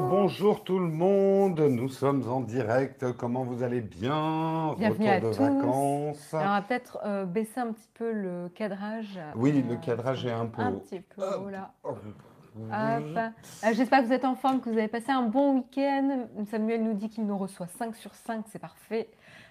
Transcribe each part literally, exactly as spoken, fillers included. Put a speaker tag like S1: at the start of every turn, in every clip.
S1: Bonjour tout le monde, nous sommes en direct. Comment vous allez bien?
S2: Bienvenue
S1: Retour
S2: à
S1: de
S2: tous.
S1: vacances.
S2: Alors, on va peut-être euh, baisser un petit peu le cadrage.
S1: Oui, le
S2: Euh,
S1: cadrage est un peu
S2: un
S1: haut.
S2: petit peu,
S1: Hop,
S2: voilà.
S1: hop.
S2: Hop.
S1: Oui.
S2: Euh, j'espère que vous êtes en forme, que vous avez passé un bon week-end. Samuel nous dit qu'il nous reçoit cinq sur cinq, c'est parfait.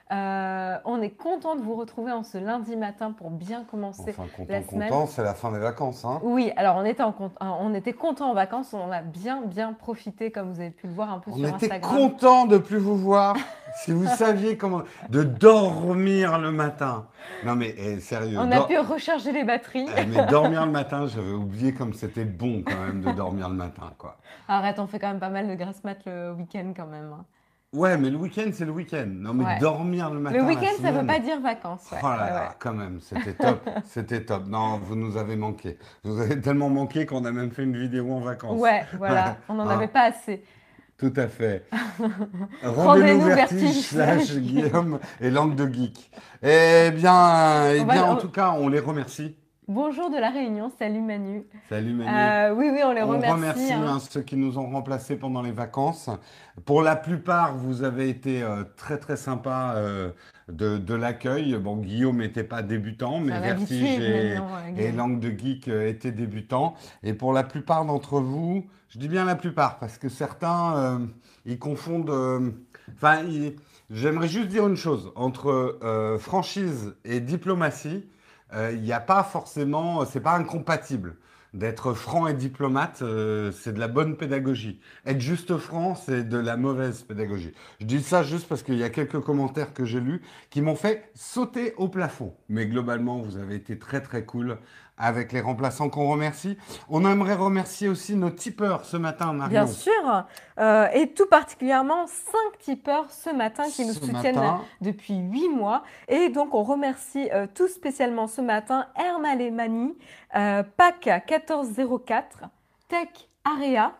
S2: Euh, on est content de vous retrouver en ce lundi matin pour bien commencer
S1: Enfin,
S2: la
S1: content,
S2: semaine.
S1: content, c'est la fin des vacances, hein.
S2: Oui, alors on était, en, con- euh, on était content en vacances, on a bien bien profité comme vous avez pu le voir un peu
S1: On
S2: sur
S1: était
S2: Instagram.
S1: content de plus vous voir. Si vous saviez comment... De dormir le matin. Non mais eh, sérieux,
S2: On a
S1: dor-
S2: pu recharger les batteries.
S1: eh, mais dormir le matin, j'avais oublié comme c'était bon quand même de dormir le matin, quoi.
S2: Arrête, on fait quand même pas mal de grasse mat le week-end quand même, hein.
S1: Ouais, mais le week-end, c'est le week-end. Non, mais
S2: Ouais.
S1: dormir le
S2: Le
S1: matin, la
S2: week-end, ça veut
S1: semaine.
S2: pas dire vacances. Ouais,
S1: Oh là
S2: ouais,
S1: là,
S2: ouais.
S1: quand même, c'était top. C'était top. Non, vous nous avez manqué. Vous nous avez tellement manqué qu'on a même fait une vidéo en vacances.
S2: Ouais, voilà. On n'en avait
S1: Hein,
S2: pas assez.
S1: tout à fait. Rendez-nous
S2: Rendez-nous
S1: vertige
S2: vertige
S1: slash
S2: slash Guillaume.
S1: Guillaume et langue de geek. Eh bien, eh
S2: On va,
S1: bien, en
S2: on-
S1: tout cas, on les remercie.
S2: Bonjour de la Réunion. Salut Manu.
S1: Salut Manu.
S2: Euh, oui, oui, on les
S1: On
S2: remercie,
S1: remercie
S2: hein.
S1: hein, ceux qui nous ont remplacés pendant les vacances. Pour la plupart, vous avez été euh, très très sympa euh, de, de l'accueil. Bon, Guillaume n'était pas débutant,
S2: C'est
S1: mais
S2: un
S1: Vertige
S2: habitué
S1: et,
S2: maintenant, euh,
S1: et
S2: Guillaume.
S1: Langue de Geek euh, étaient débutants. Et pour la plupart d'entre vous, je dis bien la plupart, parce que certains, euh, ils confondent... euh, Enfin, ils- j'aimerais juste dire une chose. Entre euh, franchise et diplomatie, euh, il n'y a pas forcément... C'est pas incompatible. D'être franc et diplomate, euh, c'est de la bonne pédagogie. Être juste franc, c'est de la mauvaise pédagogie. Je dis ça juste parce qu'il y a quelques commentaires que j'ai lus qui m'ont fait sauter au plafond. Mais globalement, vous avez été très très cool avec les remplaçants qu'on remercie. On aimerait remercier aussi nos tipeurs ce matin,
S2: Bien
S1: Marion.
S2: sûr, euh, et tout particulièrement cinq tipeurs ce matin qui nous
S1: Ce
S2: soutiennent
S1: matin,
S2: depuis huit mois. Et donc on remercie euh, tout spécialement ce matin Hermal et Mani, euh, P A C mille quatre cent quatre, Tech Area,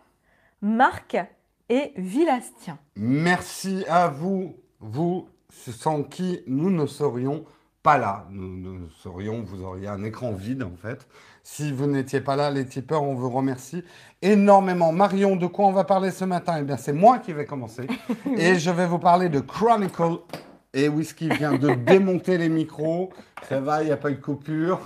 S2: Marc et Villastien.
S1: merci à vous, vous sans qui nous ne serions pas là. Nous, nous serions, vous auriez un écran vide en fait. Si vous n'étiez pas là, les tipeurs, on vous remercie énormément. Marion, de quoi on va parler ce matin? Eh bien, c'est moi qui vais commencer. Et
S2: Oui.
S1: je vais vous parler de Chronicle. Et Whisky vient de démonter les micros. Ça va, il n'y a pas eu de coupure.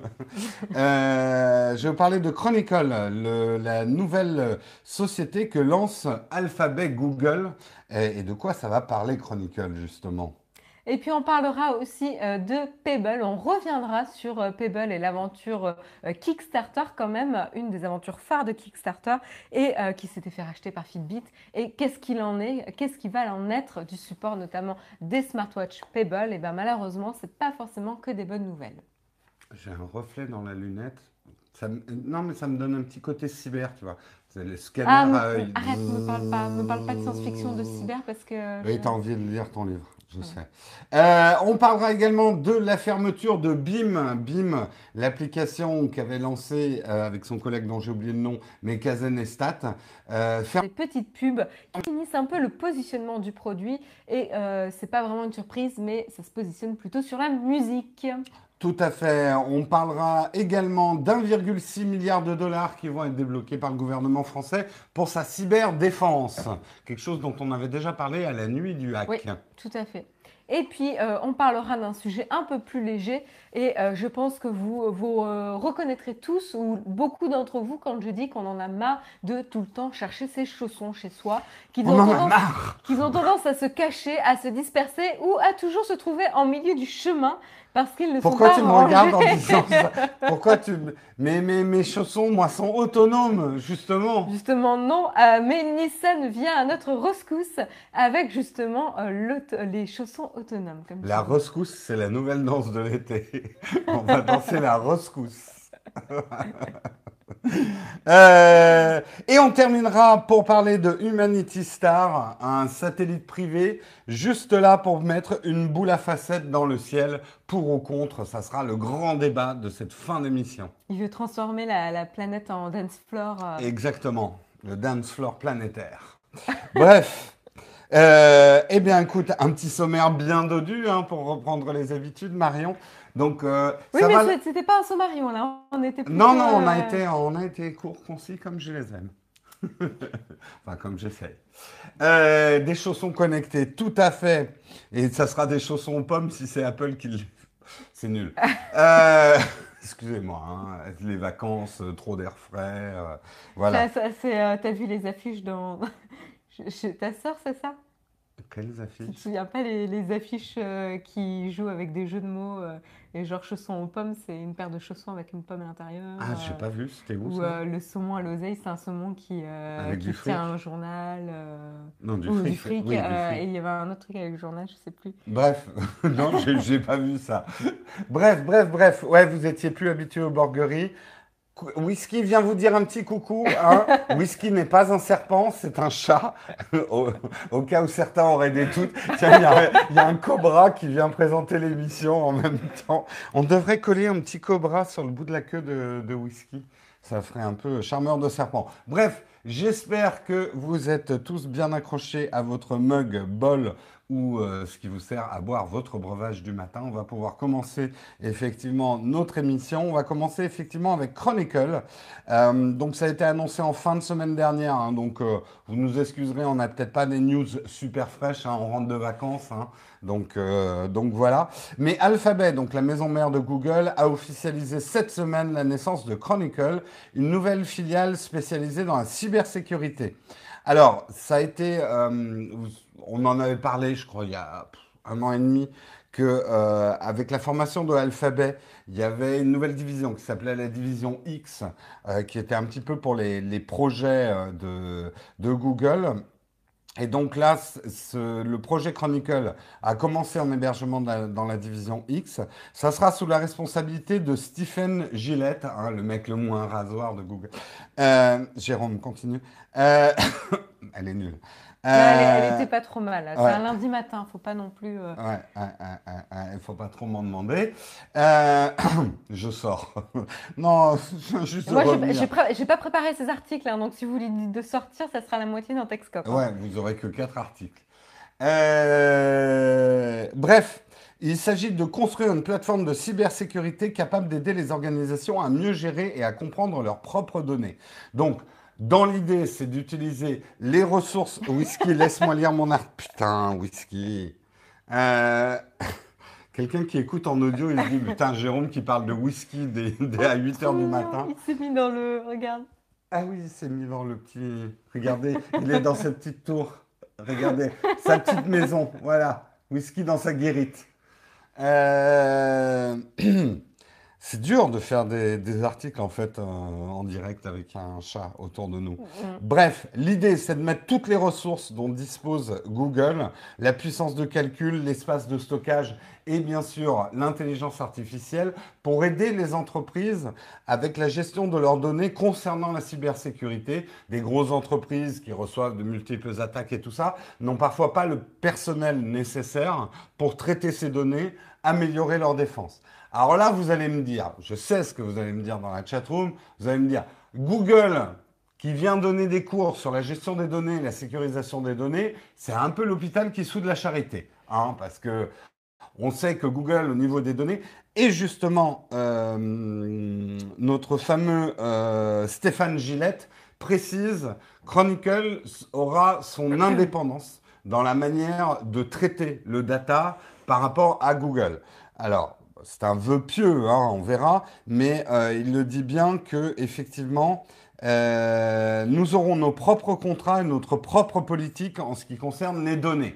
S1: Euh, je vais vous parler de Chronicle, le- la nouvelle société que lance Alphabet Google. Et, et de quoi ça va parler Chronicle, justement?
S2: Et puis on parlera aussi euh, de Pebble. On reviendra sur euh, Pebble et l'aventure euh, Kickstarter, quand même, une des aventures phares de Kickstarter et euh, qui s'était fait racheter par Fitbit. Et qu'est-ce qu'il en est? Qu'est-ce qui va en être du support notamment des smartwatches Pebble? Et bien malheureusement, c'est pas forcément que des bonnes nouvelles.
S1: J'ai un reflet dans la lunette. Ça me- Non, mais ça me donne un petit côté cyber, tu vois. C'est les scanners
S2: Ah,
S1: à
S2: m-
S1: œil.
S2: arrête, me parle pas, me parle pas de science-fiction, de cyber parce que
S1: Oui,
S2: je...
S1: t'as envie de lire ton livre, je
S2: Voilà.
S1: sais. Euh, on parlera également de la fermeture de BIM. BIM, l'application qu'avait lancée euh, avec son collègue dont j'ai oublié le nom, mais Kazen Estat. Euh, fer-
S2: Des petites pubs qui finissent un peu le positionnement du produit et euh, c'est pas vraiment une surprise, mais ça se positionne plutôt sur la musique.
S1: Tout à fait. On parlera également d'un virgule six milliard de dollars qui vont être débloqués par le gouvernement français pour sa cyberdéfense. Quelque chose dont on avait déjà parlé à la nuit du
S2: Oui,
S1: hack.
S2: tout à fait. Et puis, euh, on parlera d'un sujet un peu plus léger et euh, je pense que vous vous euh, reconnaîtrez tous ou beaucoup d'entre vous quand je dis qu'on en a marre de tout le temps chercher ses chaussons chez soi, qu'ils
S1: On
S2: ont
S1: en a
S2: tendance,
S1: marre.
S2: qu'ils ont tendance à se cacher, à se disperser ou à toujours se trouver en milieu du chemin parce qu'ils ne sont
S1: Pourquoi
S2: pas
S1: tu me
S2: rangés.
S1: regardes en disant ça? Pourquoi tu... me- Mais mes, mes chaussons, moi, sont autonomes, justement.
S2: Justement, non, euh, mais Nissan vient à notre rescousse avec justement euh, l'auto- les chaussons autonomes, comme tu
S1: La
S2: dis.
S1: rescousse, c'est la nouvelle danse de l'été. On va danser la rescousse. Euh, et on terminera pour parler de Humanity Star, un satellite privé, juste là pour mettre une boule à facettes dans le ciel, pour ou contre. Ça sera le grand débat de cette fin d'émission.
S2: Il veut transformer la, la planète en dance floor. euh.
S1: Exactement, le dance floor planétaire. Bref, euh, eh bien écoute, un petit sommaire bien dodu hein, pour reprendre les habitudes, Marion. Donc euh,
S2: Oui,
S1: ça
S2: mais
S1: va.
S2: ce- c'était pas un sommarion là, on était
S1: Non,
S2: plutôt.
S1: non, on a
S2: euh,
S1: été, on a été court, concis comme je les aime. Enfin, comme j'essaye. Euh, des chaussons connectés, tout à fait. Et ça sera des chaussons aux pommes si c'est Apple qui le... C'est nul. Euh, Excusez-moi, hein, les vacances, euh, trop d'air frais, euh,
S2: Ça,
S1: voilà.
S2: ça, c'est, euh, t'as vu les affiches dans... chez chez ta sœur, c'est ça?
S1: Quelles
S2: Tu te
S1: affiches?
S2: souviens pas les, les affiches euh, qui jouent avec des jeux de mots euh, et genre chaussons aux pommes, c'est une paire de chaussons avec une pomme à l'intérieur.
S1: Ah, j'ai
S2: euh,
S1: pas vu, c'était où
S2: ou
S1: ça?
S2: euh, le saumon à l'oseille, c'est un saumon qui, euh,
S1: Avec du
S2: qui tient un
S1: fric?
S2: journal euh,
S1: Non, du
S2: ou du
S1: fric.
S2: fric.
S1: Oui, du
S2: euh,
S1: fric.
S2: et il y avait un autre truc avec le journal, je sais plus.
S1: Bref, non, j'ai j'ai pas vu ça. Bref, bref, bref. Ouais, vous étiez plus habitué aux borgueries. Cou- Whisky vient vous dire un petit coucou, hein. Whisky n'est pas un serpent, c'est un chat. Au, au cas où certains auraient des doutes. Tiens, il y a, il y a un cobra qui vient présenter l'émission en même temps. On devrait coller un petit cobra sur le bout de la queue de, de Whisky. Ça ferait un peu charmeur de serpent. Bref, j'espère que vous êtes tous bien accrochés à votre mug, bol ou euh, ce qui vous sert à boire votre breuvage du matin. On va pouvoir commencer effectivement notre émission. On va commencer effectivement avec Chronicle. Euh, donc ça a été annoncé en fin de semaine dernière. Hein, donc euh, vous nous excuserez, on n'a peut-être pas des news super fraîches. Hein, on rentre de vacances. Hein, donc, euh, donc voilà. Mais Alphabet, donc la maison mère de Google, a officialisé cette semaine la naissance de Chronicle, une nouvelle filiale spécialisée dans la cybersécurité. Alors, ça a été, euh, on en avait parlé, je crois, il y a un an et demi, que euh, avec la formation de Alphabet, il y avait une nouvelle division qui s'appelait la division X, euh, qui était un petit peu pour les, les projets euh, de, de Google. Et donc là, ce- le projet Chronicle a commencé en hébergement dans la, dans la division X. Ça sera sous la responsabilité de Stephen Gillette, hein, le mec le moins rasoir de Google. Euh, Jérôme, continue. Euh, elle est nulle.
S2: Non, elle, est- elle
S1: Euh,
S2: était pas trop mal, là. C'est
S1: ouais.
S2: un lundi matin, faut pas non plus. euh,
S1: Ouais, ouais, ouais, ouais, ouais, il faut pas trop m'en demander. Euh, je sors. Non, juste
S2: Moi, j'ai
S1: revenir.
S2: j'ai pré- j'ai pas préparé ces articles, hein, donc si vous voulez de sortir, ça sera la moitié d'un Texcope. Hein.
S1: Ouais, vous aurez que quatre articles. Euh, Bref, il s'agit de construire une plateforme de cybersécurité capable d'aider les organisations à mieux gérer et à comprendre leurs propres données. Donc, dans l'idée, c'est d'utiliser les ressources. Whisky, laisse-moi lire mon art. Putain, Whisky. Euh, Quelqu'un qui écoute en audio, il se dit, putain, Jérôme qui parle de whisky dès, dès à
S2: Oh,
S1: huit
S2: trop
S1: heures du
S2: mignon,
S1: matin.
S2: il s'est mis dans le... Regarde.
S1: Ah oui, il s'est mis dans le petit... Regardez, il est dans cette petite tour. Regardez, sa petite maison. Voilà, whisky dans sa guérite. Euh, C'est dur de faire des, des articles en fait euh, en direct avec un chat autour de nous.
S2: Mm.
S1: Bref, l'idée c'est de mettre toutes les ressources dont dispose Google, la puissance de calcul, l'espace de stockage et bien sûr l'intelligence artificielle pour aider les entreprises avec la gestion de leurs données concernant la cybersécurité. Des grosses entreprises qui reçoivent de multiples attaques et tout ça n'ont parfois pas le personnel nécessaire pour traiter ces données, améliorer leur défense. Alors là, vous allez me dire, je sais ce que vous allez me dire dans la chatroom, vous allez me dire, Google, qui vient donner des cours sur la gestion des données, la sécurisation des données, c'est un peu l'hôpital qui soude la charité. Hein, parce que on sait que Google, au niveau des données, et justement, euh, notre fameux euh, Stéphane Gillette précise, Chronicle aura son indépendance dans la manière de traiter le data par rapport à Google. Alors, c'est un vœu pieux, hein, on verra, mais euh, il le dit bien que effectivement, euh, nous aurons nos propres contrats et notre propre politique en ce qui concerne les données.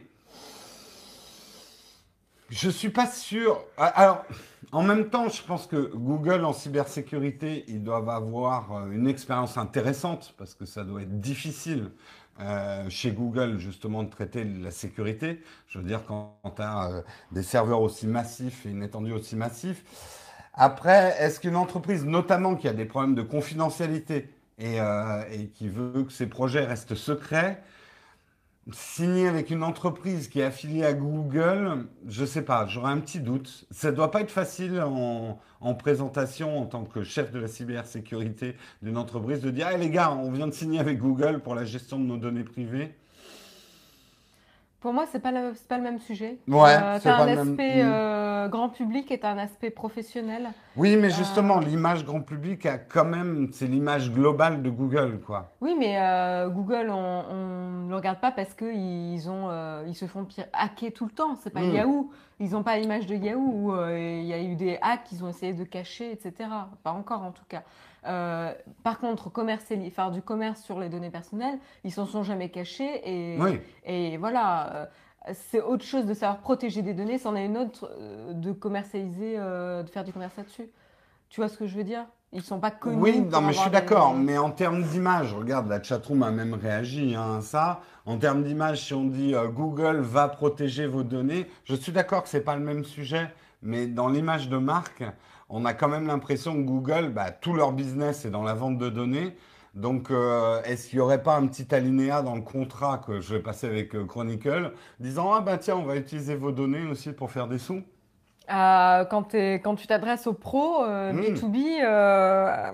S1: Je suis pas sûr. Ah, alors, en même temps, je pense que Google en cybersécurité, ils doivent avoir euh, une expérience intéressante parce que ça doit être difficile euh, chez Google justement de traiter la sécurité. Je veux dire, quand, tu as euh, des serveurs aussi massifs et une étendue aussi massive. Après, est-ce qu'une entreprise, notamment qui a des problèmes de confidentialité et, euh, et qui veut que ses projets restent secrets, signer avec une entreprise qui est affiliée à Google, je sais pas, j'aurais un petit doute. Ça doit pas être facile en, en présentation en tant que chef de la cybersécurité d'une entreprise de dire, hey, les gars, on vient de signer avec Google pour la gestion de nos données privées.
S2: Pour moi, c'est pas le, c'est pas le même sujet.
S1: Ouais,
S2: Euh, tu
S1: c'est
S2: as
S1: pas
S2: un
S1: le même.
S2: aspect
S1: Hmm.
S2: euh, grand public et tu as un aspect professionnel.
S1: Oui, mais justement,
S2: Euh,
S1: l'image grand public a quand même, c'est l'image globale de Google, quoi.
S2: oui, mais euh, Google, on ne le regarde pas parce qu'ils ont, euh, ils se font pire- hacker tout le temps. C'est pas
S1: Hmm.
S2: Yahoo. Ils n'ont pas l'image de Yahoo où euh, il y a eu des hacks qu'ils ont essayé de cacher, et cetera. Pas encore, en tout cas. Euh, par contre, commerciali- faire du commerce sur les données personnelles, ils s'en sont jamais cachés. Et,
S1: Oui.
S2: et voilà, euh, c'est autre chose de savoir protéger des données, c'en est une autre euh, de commercialiser, euh, de faire du commerce là-dessus. Tu vois ce que je veux dire? Ils sont pas
S1: Oui,
S2: connus
S1: non,
S2: pour
S1: mais je suis
S2: avoir
S1: d'accord.
S2: des...
S1: Mais en termes d'image, regarde, la chatroom a même réagi hein, à ça. En termes d'image, si on dit euh, Google va protéger vos données, je suis d'accord que c'est pas le même sujet. Mais dans l'image de marque, on a quand même l'impression que Google, bah, tout leur business est dans la vente de données. Donc, euh, est-ce qu'il n'y aurait pas un petit alinéa dans le contrat que je vais passer avec euh, Chronicle, disant ah bah tiens, on va utiliser vos données aussi pour faire des sous?
S2: Euh, quand, t'es- quand tu t'adresses aux pros, euh,
S1: Hmm.
S2: B deux B, euh,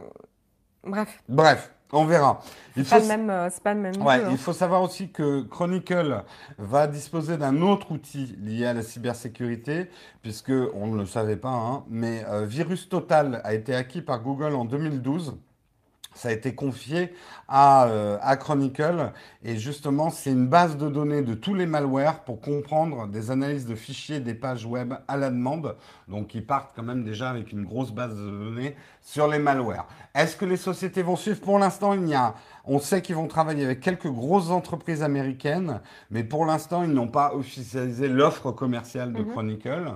S2: bref,
S1: Bref, on verra. Il
S2: c'est
S1: faut,
S2: pas le même, euh, c'est pas le même
S1: Ouais,
S2: jeu,
S1: il
S2: hein.
S1: faut savoir aussi que Chronicle va disposer d'un autre outil lié à la cybersécurité, puisque on ne le savait pas, hein, mais euh, Virus Total a été acquis par Google en deux mille douze. Ça a été confié à, euh, à Chronicle et justement, c'est une base de données de tous les malwares pour comprendre des analyses de fichiers des pages web à la demande. Donc, ils partent quand même déjà avec une grosse base de données sur les malwares. Est-ce que les sociétés vont suivre? Pour l'instant, il y a, on sait qu'ils vont travailler avec quelques grosses entreprises américaines, mais pour l'instant, ils n'ont pas officialisé l'offre commerciale de
S2: Mhm.
S1: Chronicle.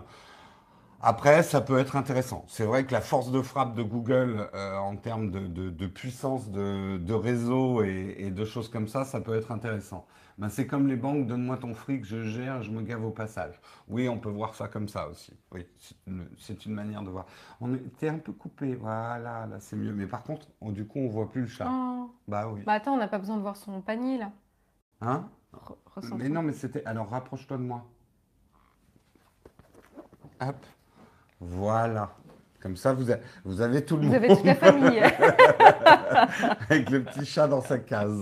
S1: Après, ça peut être intéressant. C'est vrai que la force de frappe de Google euh, en termes de, de- de puissance de, de réseau et, et de choses comme ça, ça peut être intéressant. Ben, c'est comme les banques, donne-moi ton fric, je gère, je me gave au passage. Oui, on peut voir ça comme ça aussi. Oui, c'est une, c'est une manière de voir. On était un peu coupé, voilà, là c'est mieux. Mais par contre, on- du coup, on voit plus le chat.
S2: Oh.
S1: Bah oui.
S2: Bah attends, on n'a pas besoin de voir son panier là.
S1: Hein?
S2: Re-
S1: Mais
S2: Recentre-toi.
S1: non, mais c'était... Alors rapproche-toi de moi. Hop, voilà. Comme ça, vous, a- vous avez tout le
S2: Vous avez toute la
S1: monde.
S2: famille.
S1: Avec le petit chat dans sa case.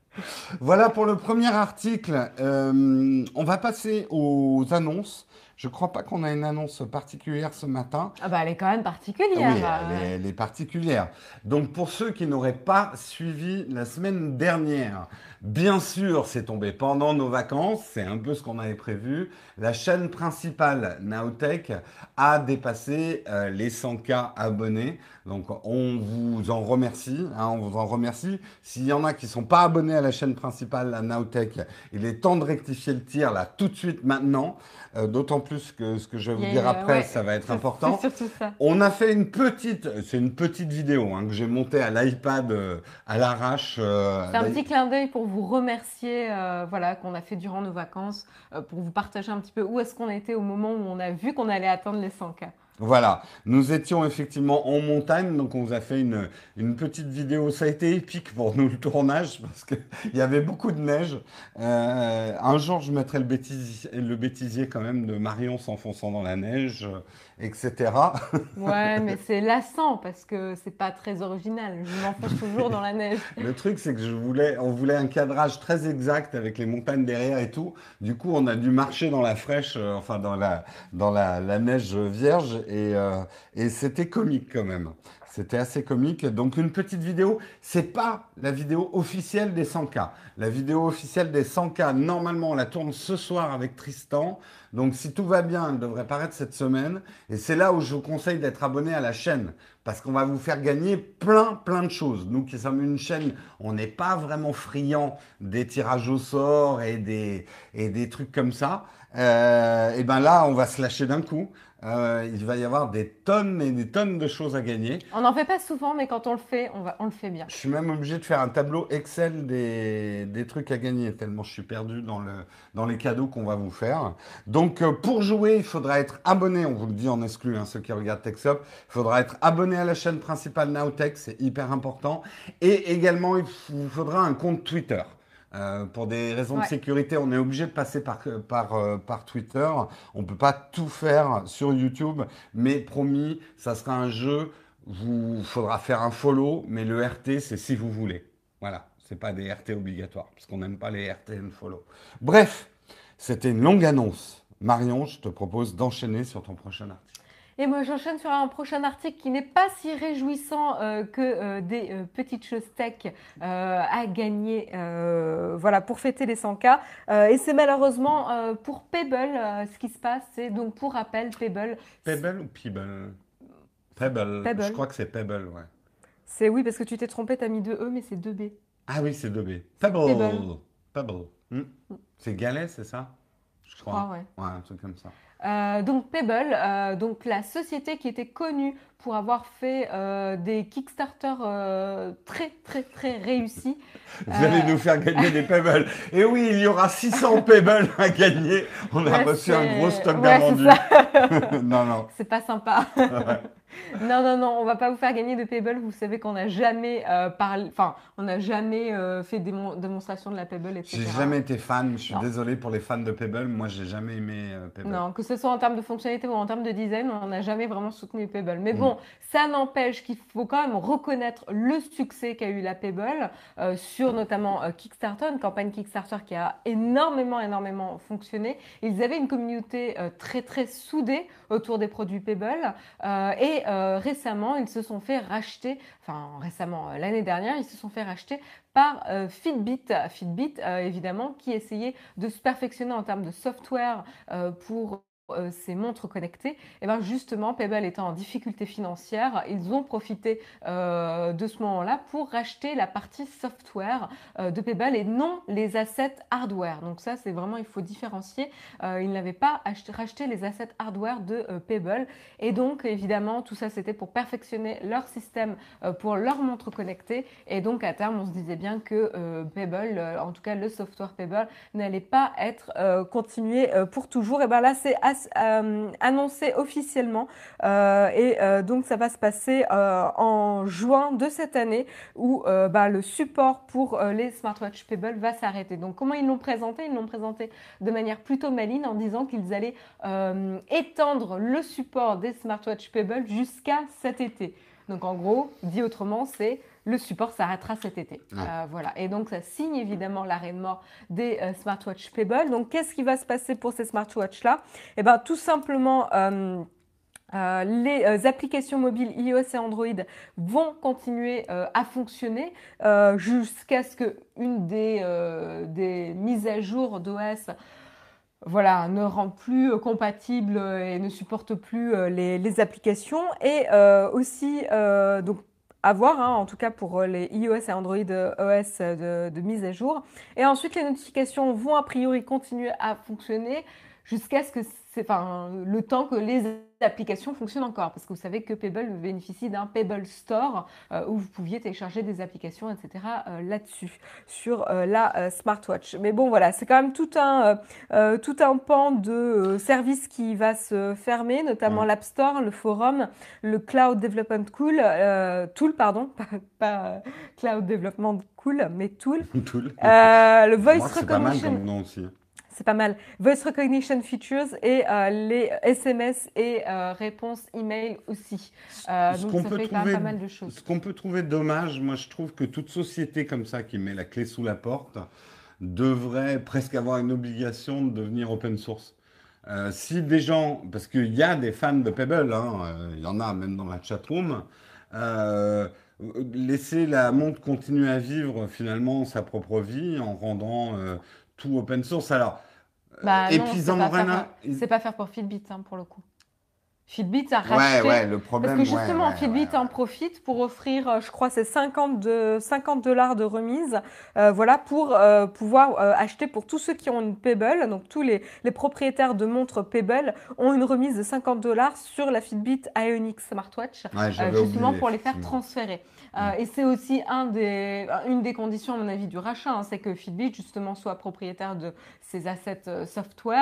S1: Voilà pour le premier article. Euh, on va passer aux annonces. Je ne crois pas qu'on a une annonce particulière ce matin.
S2: Ah bah elle est quand même
S1: Oui,
S2: particulière.
S1: elle est,
S2: euh.
S1: elle est particulière. Donc pour ceux qui n'auraient pas suivi la semaine dernière, bien sûr, c'est tombé pendant nos vacances, c'est un peu ce qu'on avait prévu. La chaîne principale Nowtech a dépassé euh, les cent K abonnés. Donc on vous en remercie, hein, on vous en remercie. S'il y en a qui ne sont pas abonnés à la chaîne principale, la Nowtech, il est temps de rectifier le tir là tout de suite maintenant. Euh, d'autant plus que ce que je vais
S2: Il y
S1: vous
S2: a
S1: dire
S2: une...
S1: après,
S2: Ouais,
S1: ça va être
S2: c'est c'est
S1: important.
S2: surtout ça.
S1: On a fait une petite, c'est une petite vidéo hein, que j'ai montée à l'iPad euh, à l'arrache. euh,
S2: C'est un
S1: d'ailleurs-
S2: petit clin d'œil pour vous remercier, euh, voilà, qu'on a fait durant nos vacances, euh, pour vous partager un petit peu où est-ce qu'on était au moment où on a vu qu'on allait atteindre les cent K.
S1: Voilà, nous étions effectivement en montagne, donc on vous a fait une, une petite vidéo. Ça a été épique pour nous le tournage parce qu'il y avait beaucoup de neige. Euh, un jour, je mettrai le bêtisier, le bêtisier quand même de Marion s'enfonçant dans la neige, euh, et cetera.
S2: Ouais, mais c'est lassant parce que c'est pas très original. Je m'enfonce toujours dans la neige.
S1: Le truc, c'est que je voulais, on voulait un cadrage très exact avec les montagnes derrière et tout. Du coup, on a dû marcher dans la fraîche, euh, enfin dans la, dans la, la neige vierge, et, euh, et c'était comique quand même. C'était assez comique. Donc une petite vidéo, c'est pas la vidéo officielle des cent K. La vidéo officielle des cent K, normalement, on la tourne ce soir avec Tristan. Donc si tout va bien, elle devrait paraître cette semaine. Et c'est là où je vous conseille d'être abonné à la chaîne. Parce qu'on va vous faire gagner plein, plein de choses. Nous qui sommes une chaîne, on n'est pas vraiment friand des tirages au sort et des, et des trucs comme ça. Euh, et ben là, on va se lâcher d'un coup. Euh, il va y avoir des tonnes et des tonnes de choses à gagner.
S2: On n'en fait pas souvent, mais quand on le fait, on va, on le fait bien.
S1: Je suis même obligé de faire un tableau Excel des, des trucs à gagner, tellement je suis perdu dans, le, dans les cadeaux qu'on va vous faire. Donc, euh, pour jouer, il faudra être abonné, on vous le dit en exclu, hein, ceux qui regardent TechSup, il faudra être abonné à la chaîne principale Nowtech, c'est hyper important. Et également, il vous faudra un compte Twitter. Euh, pour des raisons de
S2: Ouais.
S1: sécurité, on est obligé de passer par, par, euh, par Twitter. On ne peut pas tout faire sur YouTube, mais promis, ça sera un jeu. Vous faudra faire un follow, mais le R T, c'est si vous voulez. Voilà, C'est pas des R T obligatoires, parce qu'on n'aime pas les R T and follow. Bref, c'était une longue annonce. Marion, je te propose d'enchaîner sur ton prochain article.
S2: Et moi, j'enchaîne sur un prochain article qui n'est pas si réjouissant euh, que euh, des euh, petites choses tech euh, à gagner euh, voilà, pour fêter les cent K. Euh, et c'est malheureusement euh, pour Pebble euh, ce qui se passe. C'est donc pour rappel, Pebble.
S1: Pebble ou Pebble? Pebble.
S2: Pebble.
S1: Je crois que c'est Pebble, ouais.
S2: C'est oui, parce que tu t'es trompé, tu as mis deux E, mais c'est deux B.
S1: Ah oui, c'est deux B. Pebble.
S2: Pebble.
S1: Pebble. Hmm. C'est galet, c'est ça?
S2: Je, Je crois, ouais.
S1: Ouais, un truc comme ça.
S2: Euh, donc Pebble, euh, donc la société qui était connue pour avoir fait euh, des Kickstarter euh, très très très réussis.
S1: Vous allez nous faire gagner des Pebble. Et oui, il y aura six cents Pebble à gagner. On a
S2: Ouais,
S1: reçu
S2: c'est-
S1: un gros stock
S2: ouais,
S1: d'invendus.
S2: c'est ça.
S1: Non, non.
S2: C'est pas sympa.
S1: Ouais.
S2: Non, non, non, on va pas vous faire gagner de Pebble. Vous savez qu'on n'a jamais euh, parlé, enfin, on n'a jamais euh, fait démon- démonstration de la Pebble, et cetera.
S1: J'ai jamais été fan. Je suis
S2: Non.
S1: désolé pour les fans de Pebble. Moi, j'ai jamais aimé euh, Pebble.
S2: Non, que ce soit en termes de fonctionnalité ou en termes de design, on n'a jamais vraiment soutenu Pebble. Mais
S1: Mm.
S2: bon, ça n'empêche qu'il faut quand même reconnaître le succès qu'a eu la Pebble euh, sur notamment euh, Kickstarter, une campagne Kickstarter qui a énormément, énormément fonctionné. Ils avaient une communauté euh, très, très soudée autour des produits Pebble euh, et euh, récemment, ils se sont fait racheter, enfin récemment, euh, l'année dernière, ils se sont fait racheter par euh, Fitbit, Fitbit euh, évidemment, qui essayait de se perfectionner en termes de software euh, pour euh, ces montres connectées. Et bien justement, Pebble étant en difficulté financière, ils ont profité euh, de ce moment-là pour racheter la partie software euh, de Pebble et non les assets hardware. Donc ça, c'est vraiment, il faut différencier. Euh, ils n'avaient pas acheté, racheté les assets hardware de euh, Pebble. Et donc, évidemment, tout ça, c'était pour perfectionner leur système euh, pour leurs montres connectées. Et donc, à terme, on se disait bien que euh, Pebble, euh, en tout cas le software Pebble, n'allait pas être euh, continué euh, pour toujours. Et bien là, c'est euh, annoncé officiellement. Euh, et euh, donc, ça va se passer euh, en juin de cette année où euh, bah, le support pour euh, les smartwatches Pebble va s'arrêter. Donc, comment ils l'ont présenté? Ils l'ont présenté de manière plutôt maligne en disant qu'ils allaient euh, étendre le support des smartwatches Pebble jusqu'à cet été. Donc en gros, dit autrement, c'est le support s'arrêtera cet été.
S1: Ouais.
S2: Euh, voilà. Et donc ça signe évidemment l'arrêt de mort des euh, smartwatches Pebble. Donc qu'est-ce qui va se passer pour ces smartwatches-là? Eh bien tout simplement... Euh, Euh, les euh, applications mobiles iOS et Android vont continuer euh, à fonctionner euh, jusqu'à ce qu'une des, euh, des mises à jour d'O S voilà, ne rend plus euh, compatible et ne supporte plus euh, les, les applications. Et euh, aussi, euh, donc, à voir, hein, en tout cas pour les iOS et Android euh, O S de, de mise à jour. Et ensuite, les notifications vont a priori continuer à fonctionner jusqu'à ce que c'est, enfin, le temps que les applications fonctionnent encore. Parce que vous savez que Pebble bénéficie d'un Pebble Store euh, où vous pouviez télécharger des applications, et cetera euh, là-dessus, sur euh, la euh, smartwatch. Mais bon, voilà, c'est quand même tout un, euh, euh, tout un pan de euh, services qui va se fermer, notamment
S1: Ouais.
S2: l'App Store, le forum, le Cloud Development Tool, euh, Tool, pardon, pas, pas euh, Cloud Development Cool, mais Tool.
S1: Tout.
S2: Euh, le Voice
S1: Moi, c'est pas mal
S2: Recognition.
S1: comme nom aussi.
S2: C'est pas mal. Voice Recognition Features et euh, les S M S et euh, réponses email aussi. Euh,
S1: Ce
S2: donc
S1: qu'on
S2: ça
S1: peut
S2: fait quand même
S1: trouver-
S2: pas mal de choses.
S1: Ce qu'on peut trouver dommage, moi je trouve que toute société comme ça qui met la clé sous la porte devrait presque avoir une obligation de devenir open source. Euh, si des gens, parce qu'il y a des fans de Pebble, hein, euh, il y en a même dans la chatroom, euh, laisser la montre continuer à vivre finalement sa propre vie en rendant euh, tout open source. Alors,
S2: Bah
S1: et
S2: non,
S1: puis ils
S2: c'est
S1: en
S2: pas
S1: ont rien
S2: faire,
S1: à... ils-
S2: c'est pas faire pour Fitbit hein, pour le coup. Fitbit a
S1: Ouais,
S2: racheté.
S1: ouais, le
S2: Parce
S1: problème,
S2: que
S1: ouais,
S2: justement,
S1: ouais,
S2: Fitbit
S1: ouais,
S2: en
S1: ouais.
S2: profite pour offrir, euh, je crois, c'est cinquante de, cinquante dollars de remise, euh, voilà, pour euh, pouvoir euh, acheter pour tous ceux qui ont une Pebble, donc tous les, les propriétaires de montres Pebble ont une remise de cinquante dollars sur la Fitbit Ioniq Smartwatch,
S1: Ouais,
S2: euh,
S1: j'avais
S2: justement
S1: oublié,
S2: pour les faire
S1: effectivement.
S2: transférer. Euh, et c'est aussi un des, une des conditions, à mon avis, du rachat, hein, c'est que Fitbit, justement, soit propriétaire de ces assets euh, software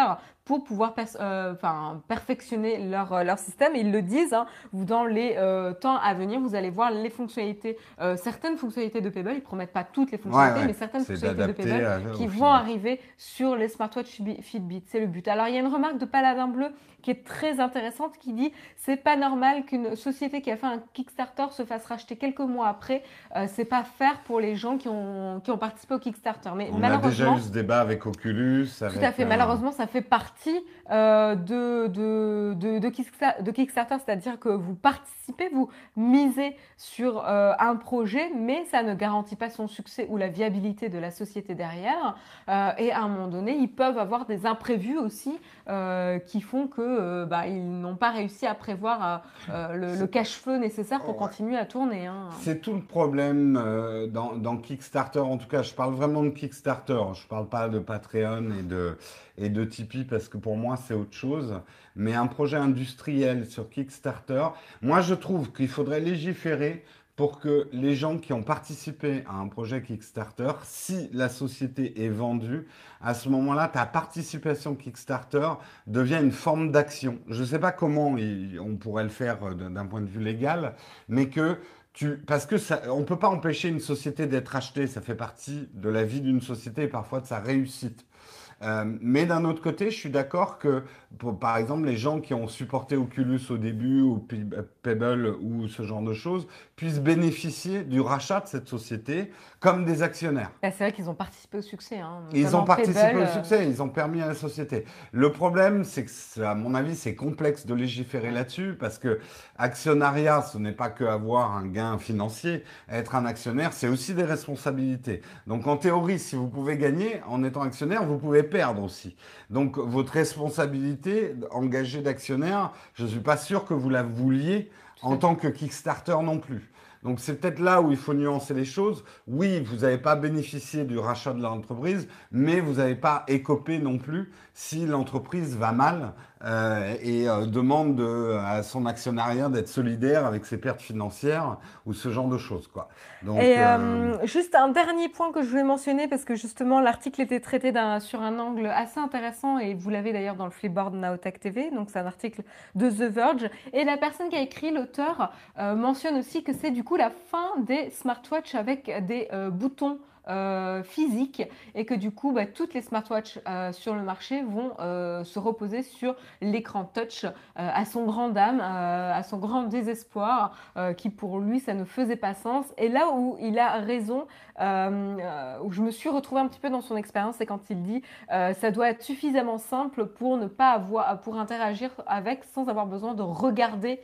S2: pour pouvoir pers- euh, enfin, perfectionner leur, euh, leur système. Et ils le disent, hein, vous, dans les euh, temps à venir, vous allez voir les fonctionnalités, euh, certaines fonctionnalités de Pebble, ils promettent pas toutes les
S1: Ouais,
S2: fonctionnalités, mais
S1: ouais.
S2: certaines
S1: C'est
S2: fonctionnalités de
S1: d'adapter
S2: Pebble
S1: à-
S2: qui
S1: au
S2: vont
S1: Fitbit.
S2: arriver sur les smartwatch Fitbit. Fitbit. C'est le but. Alors, il y a une remarque de Paladin Bleu qui est très intéressante qui dit c'est pas normal qu'une société qui a fait un Kickstarter se fasse racheter quelques mois après. Euh, c'est pas faire pour les gens qui ont, qui ont participé au Kickstarter. Mais
S1: On a déjà eu
S2: malheureusement,
S1: ce débat avec Oculus,
S2: tout à
S1: avec...
S2: fait.
S1: euh,
S2: Malheureusement, ça fait partie euh, de, de, de, de Kicksta- de Kickstarter, c'est-à-dire que vous participez, vous misez sur euh, un projet, mais ça ne garantit pas son succès ou la viabilité de la société derrière. Euh, et à un moment donné, ils peuvent avoir des imprévus aussi euh, qui font que euh, bah, ils n'ont pas réussi à prévoir euh, euh, le, le cash-flow nécessaire pour
S1: ouais.
S2: continuer à tourner, hein.
S1: C'est tout le problème euh, dans, dans Kickstarter. En tout cas, je parle vraiment de Kickstarter. Je parle pas de Patreon et de, et de Tipeee parce que pour moi, c'est autre chose. Mais un projet industriel sur Kickstarter, moi, je trouve qu'il faudrait légiférer pour que les gens qui ont participé à un projet Kickstarter, si la société est vendue, à ce moment-là, ta participation Kickstarter devient une forme d'action. Je ne sais pas comment il- on pourrait le faire euh, d'un d'un point de vue légal, mais que tu, parce que ça, on peut pas empêcher une société d'être achetée, ça fait partie de la vie d'une société et parfois de sa réussite. Euh, mais d'un autre côté, je suis d'accord que, pour- par exemple, les gens qui ont supporté Oculus au début, ou Pe- Pebble, ou ce genre de choses, puissent bénéficier du rachat de cette société comme des actionnaires.
S2: Bah, c'est vrai qu'ils ont participé au succès, hein,
S1: Et ils ont
S2: notamment
S1: participé
S2: Pebble.
S1: au
S2: euh,
S1: succès, ils ont permis à la société. Le problème, c'est que, c'est- à mon avis, c'est complexe de légiférer
S2: ouais.
S1: là-dessus parce que actionnariat, ce n'est pas que avoir un gain financier. Être un actionnaire, c'est aussi des responsabilités. Donc, en théorie, si vous pouvez gagner en étant actionnaire, vous pouvez perdre aussi. Donc, votre responsabilité engagée d'actionnaire, je ne suis pas sûr que vous la vouliez
S2: Tout
S1: en
S2: à
S1: tant
S2: fait.
S1: que Kickstarter non plus. Donc c'est peut-être là où il faut nuancer les choses. Oui, vous n'avez pas bénéficié du rachat de l'entreprise, mais vous n'avez pas écopé non plus si l'entreprise va mal euh, et euh, demande de- à son actionnariat d'être solidaire avec ses pertes financières ou ce genre de choses, quoi. Donc,
S2: Et
S1: euh,
S2: euh, juste un dernier point que je voulais mentionner, parce que justement l'article était traité d'un, sur un angle assez intéressant, et vous l'avez d'ailleurs dans le Flipboard Nowtech T V, donc c'est un article de The Verge. Et la personne qui a écrit, l'auteur, euh, mentionne aussi que c'est du coup la fin des smartwatches avec des euh, boutons euh, physiques, et que du coup bah, toutes les smartwatches euh, sur le marché vont euh, se reposer sur l'écran touch, euh, à son grand dam, euh, à son grand désespoir, euh, qui pour lui ça ne faisait pas sens. Et là où il a raison, euh, euh, où je me suis retrouvée un petit peu dans son expérience, c'est quand il dit euh, ça doit être suffisamment simple pour ne pas avoir, pour interagir avec sans avoir besoin de regarder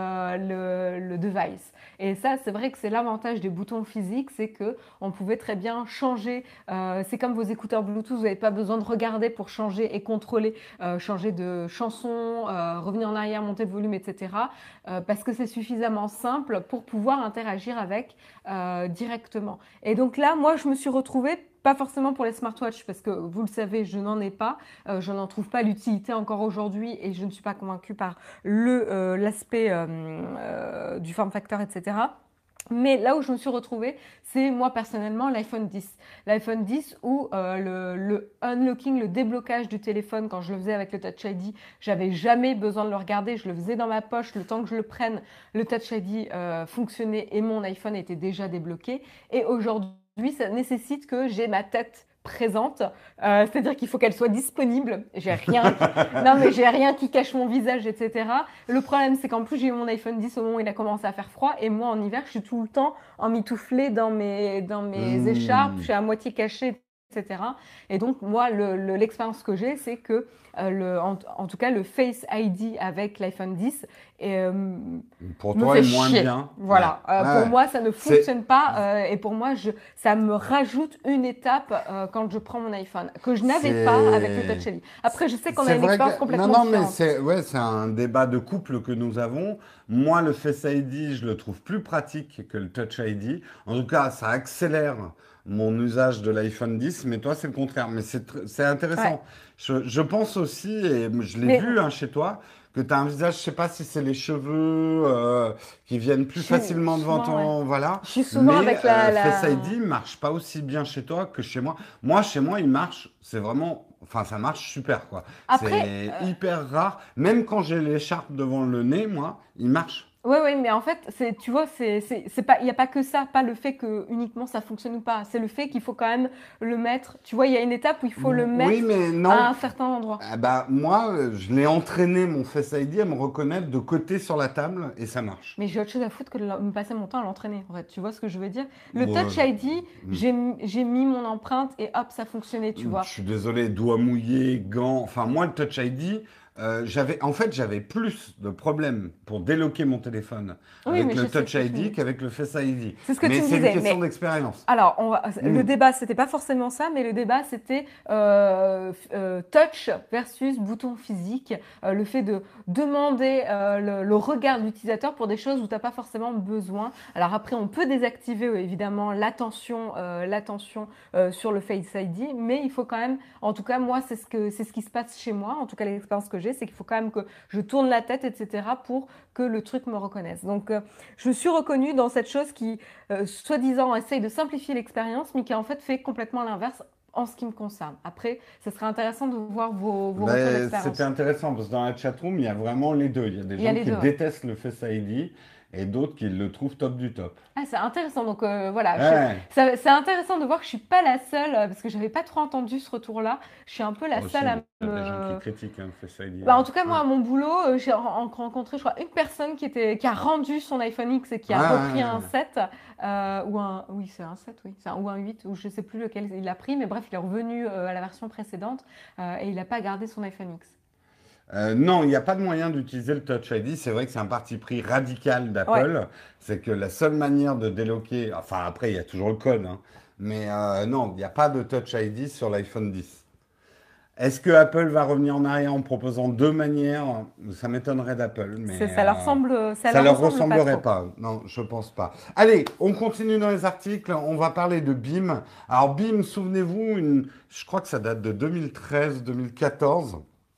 S2: euh, le, le device. Et ça, c'est vrai que c'est l'avantage des boutons physiques, c'est que on pouvait très bien changer. Euh, c'est comme vos écouteurs Bluetooth, vous n'avez pas besoin de regarder pour changer et contrôler, euh, changer de chanson, euh, revenir en arrière, monter le volume, et cetera. Euh, parce que c'est suffisamment simple pour pouvoir interagir avec euh, directement. Et donc là, moi, je me suis retrouvée, pas forcément pour les smartwatches, parce que vous le savez, je n'en ai pas, euh, je n'en trouve pas l'utilité encore aujourd'hui, et je ne suis pas convaincue par le euh, l'aspect euh, euh, du form factor, et cetera. Mais là où je me suis retrouvée, c'est moi personnellement l'iPhone dix. L'iPhone dix où euh, le, le unlocking, le déblocage du téléphone, quand je le faisais avec le Touch I D, j'avais jamais besoin de le regarder, je le faisais dans ma poche, le temps que je le prenne, le Touch I D euh, fonctionnait et mon iPhone était déjà débloqué. Et aujourd'hui, ça nécessite que j'ai ma tête présente, euh, c'est-à-dire qu'il faut qu'elle soit disponible. J'ai rien, qui... non mais j'ai rien qui cache mon visage, et cetera. Le problème, c'est qu'en plus j'ai eu mon iPhone dix au moment où il a commencé à faire froid, et moi en hiver, je suis tout le temps emmitouflée dans mes dans mes écharpes, je
S1: hmm.
S2: suis à moitié cachée, et cetera. Et donc moi, le, le, l'expérience que j'ai, c'est que euh, le, en, en tout cas le Face I D avec l'iPhone dix euh,
S1: Pour
S2: me
S1: toi
S2: fait
S1: est moins
S2: chier.
S1: bien. Ouais,
S2: Voilà. Euh,
S1: ouais,
S2: pour
S1: ouais.
S2: moi, ça ne
S1: C'est,
S2: fonctionne pas. Euh, et pour moi, je, ça me rajoute une étape euh, quand je prends mon iPhone, que je n'avais pas avec le Touch
S1: c'est,
S2: I D. Après, je sais qu'on a
S1: C'est
S2: une
S1: vrai
S2: expérience
S1: que non,
S2: complètement
S1: non, mais
S2: différente.
S1: c'est ouais, c'est un débat de couple que nous avons. Moi, le Face I D, je le trouve plus pratique que le Touch I D. En tout cas, ça accélère mon usage de l'iPhone dix, mais toi, c'est le contraire. Mais c'est tr- c'est
S2: Ouais.
S1: intéressant. Je, je pense aussi, et je l'ai
S2: Mais
S1: vu hein, chez toi, que tu as un visage, je sais pas si c'est les cheveux euh, qui viennent
S2: je
S1: plus
S2: suis
S1: facilement devant
S2: souvent, ouais.
S1: ton, voilà.
S2: Je suis souvent
S1: Mais
S2: avec la,
S1: euh, Face
S2: la...
S1: I D marche pas aussi bien chez toi que chez moi. Moi, chez moi, il marche. C'est vraiment Enfin, ça marche super, quoi.
S2: Après,
S1: C'est
S2: euh,
S1: hyper rare. Même quand j'ai l'écharpe devant le nez, moi, il marche.
S2: oui, oui, mais en fait, c'est, tu vois, c'est, c'est, c'est pas, il n'y a pas que ça, pas le fait que uniquement ça fonctionne ou pas. C'est le fait qu'il faut quand même le mettre. Tu vois, il y a une étape où il faut le
S1: Oui,
S2: mettre
S1: mais
S2: à
S1: non.
S2: un certain endroit.
S1: Ah bah, moi, euh, je l'ai entraîné, mon Face I D, à me reconnaître de côté sur la table et ça marche.
S2: Mais j'ai autre chose à foutre que de me passer mon temps à l'entraîner. En fait, tu vois ce que je veux dire? Le
S1: Ouais.
S2: Touch I D,
S1: Hmm.
S2: j'ai, j'ai mis mon empreinte et hop, ça fonctionnait, tu
S1: Je
S2: vois.
S1: suis désolé, doigts mouillés, gants. Enfin, moi, le Touch I D, euh, j'avais, en fait, j'avais plus de problèmes pour déloquer mon téléphone
S2: Oui,
S1: avec
S2: mais je
S1: le
S2: sais ce
S1: Touch
S2: que tu me
S1: I D
S2: dis.
S1: qu'avec le Face I D.
S2: C'est ce que
S1: Mais
S2: tu me
S1: c'est une
S2: disais.
S1: question
S2: Mais
S1: d'expérience.
S2: alors, on va- le
S1: Hmm.
S2: débat, c'était pas forcément ça, mais le débat, c'était euh, f- euh, touch versus bouton physique. Euh, le fait de demander euh, le, le regard de l'utilisateur pour des choses où tu n'as pas forcément besoin. Alors après, on peut désactiver euh, évidemment l'attention, euh, l'attention euh, sur le Face I D, mais il faut quand même, en tout cas, moi, c'est ce que, c'est ce qui se passe chez moi. En tout cas, l'expérience que j'ai, c'est qu'il faut quand même que je tourne la tête, et cetera, pour que le truc me reconnaisse. Donc, euh, je me suis reconnue dans cette chose qui euh, soi-disant essaye de simplifier l'expérience, mais qui en fait fait complètement l'inverse en ce qui me concerne. Après, ce serait intéressant de voir vos, vos retours
S1: Ben, c'était
S2: d'expérience.
S1: intéressant parce que dans la chatroom, il y a vraiment les deux. Il y a des
S2: Il y a
S1: gens
S2: les
S1: qui
S2: deux, ouais.
S1: détestent le Face I D et d'autres qui le trouvent top du top.
S2: Ah, c'est intéressant. Donc euh, voilà, je-
S1: Ouais.
S2: ça- c'est intéressant de voir que je suis pas la seule, euh, parce que j'avais pas trop entendu ce retour-là. Je suis un peu la
S1: Oh, si,
S2: seule
S1: il
S2: à
S1: y a des gens qui
S2: me.
S1: critiquent hein, le Face I D.
S2: Bah,
S1: Ouais.
S2: en tout cas, moi,
S1: Ouais.
S2: à mon boulot, euh, j'ai ren- rencontré, je crois, une personne qui était, qui a rendu son iPhone X et qui
S1: Ouais,
S2: a
S1: ouais,
S2: repris un
S1: ouais.
S2: sept, euh, ou un, oui, c'est un sept, oui, c'est un- ou un huit, ou je sais plus lequel il a pris, mais bref, il est revenu euh, à la version précédente, euh, et il n'a pas gardé son iPhone X.
S1: Euh, non, il n'y a pas de moyen d'utiliser le Touch I D. C'est vrai que c'est un parti pris radical
S2: Ouais.
S1: d'Apple. C'est que la seule manière de déloquer, enfin après, il y a toujours le code, hein, mais euh, non, il n'y a pas de Touch I D sur l'iPhone dix. Est-ce que Apple va revenir en arrière en proposant deux manières? Ça m'étonnerait d'Apple,
S2: C'est-
S1: mais
S2: ça leur
S1: euh,
S2: semble, ça
S1: ça
S2: leur
S1: leur
S2: ressemble pas
S1: ressemblerait
S2: trop.
S1: pas. Non, je pense pas. Allez, on continue dans les articles. On va parler de Beam. Alors Beam, souvenez-vous, une, je crois que ça date de deux mille treize, deux mille quatorze.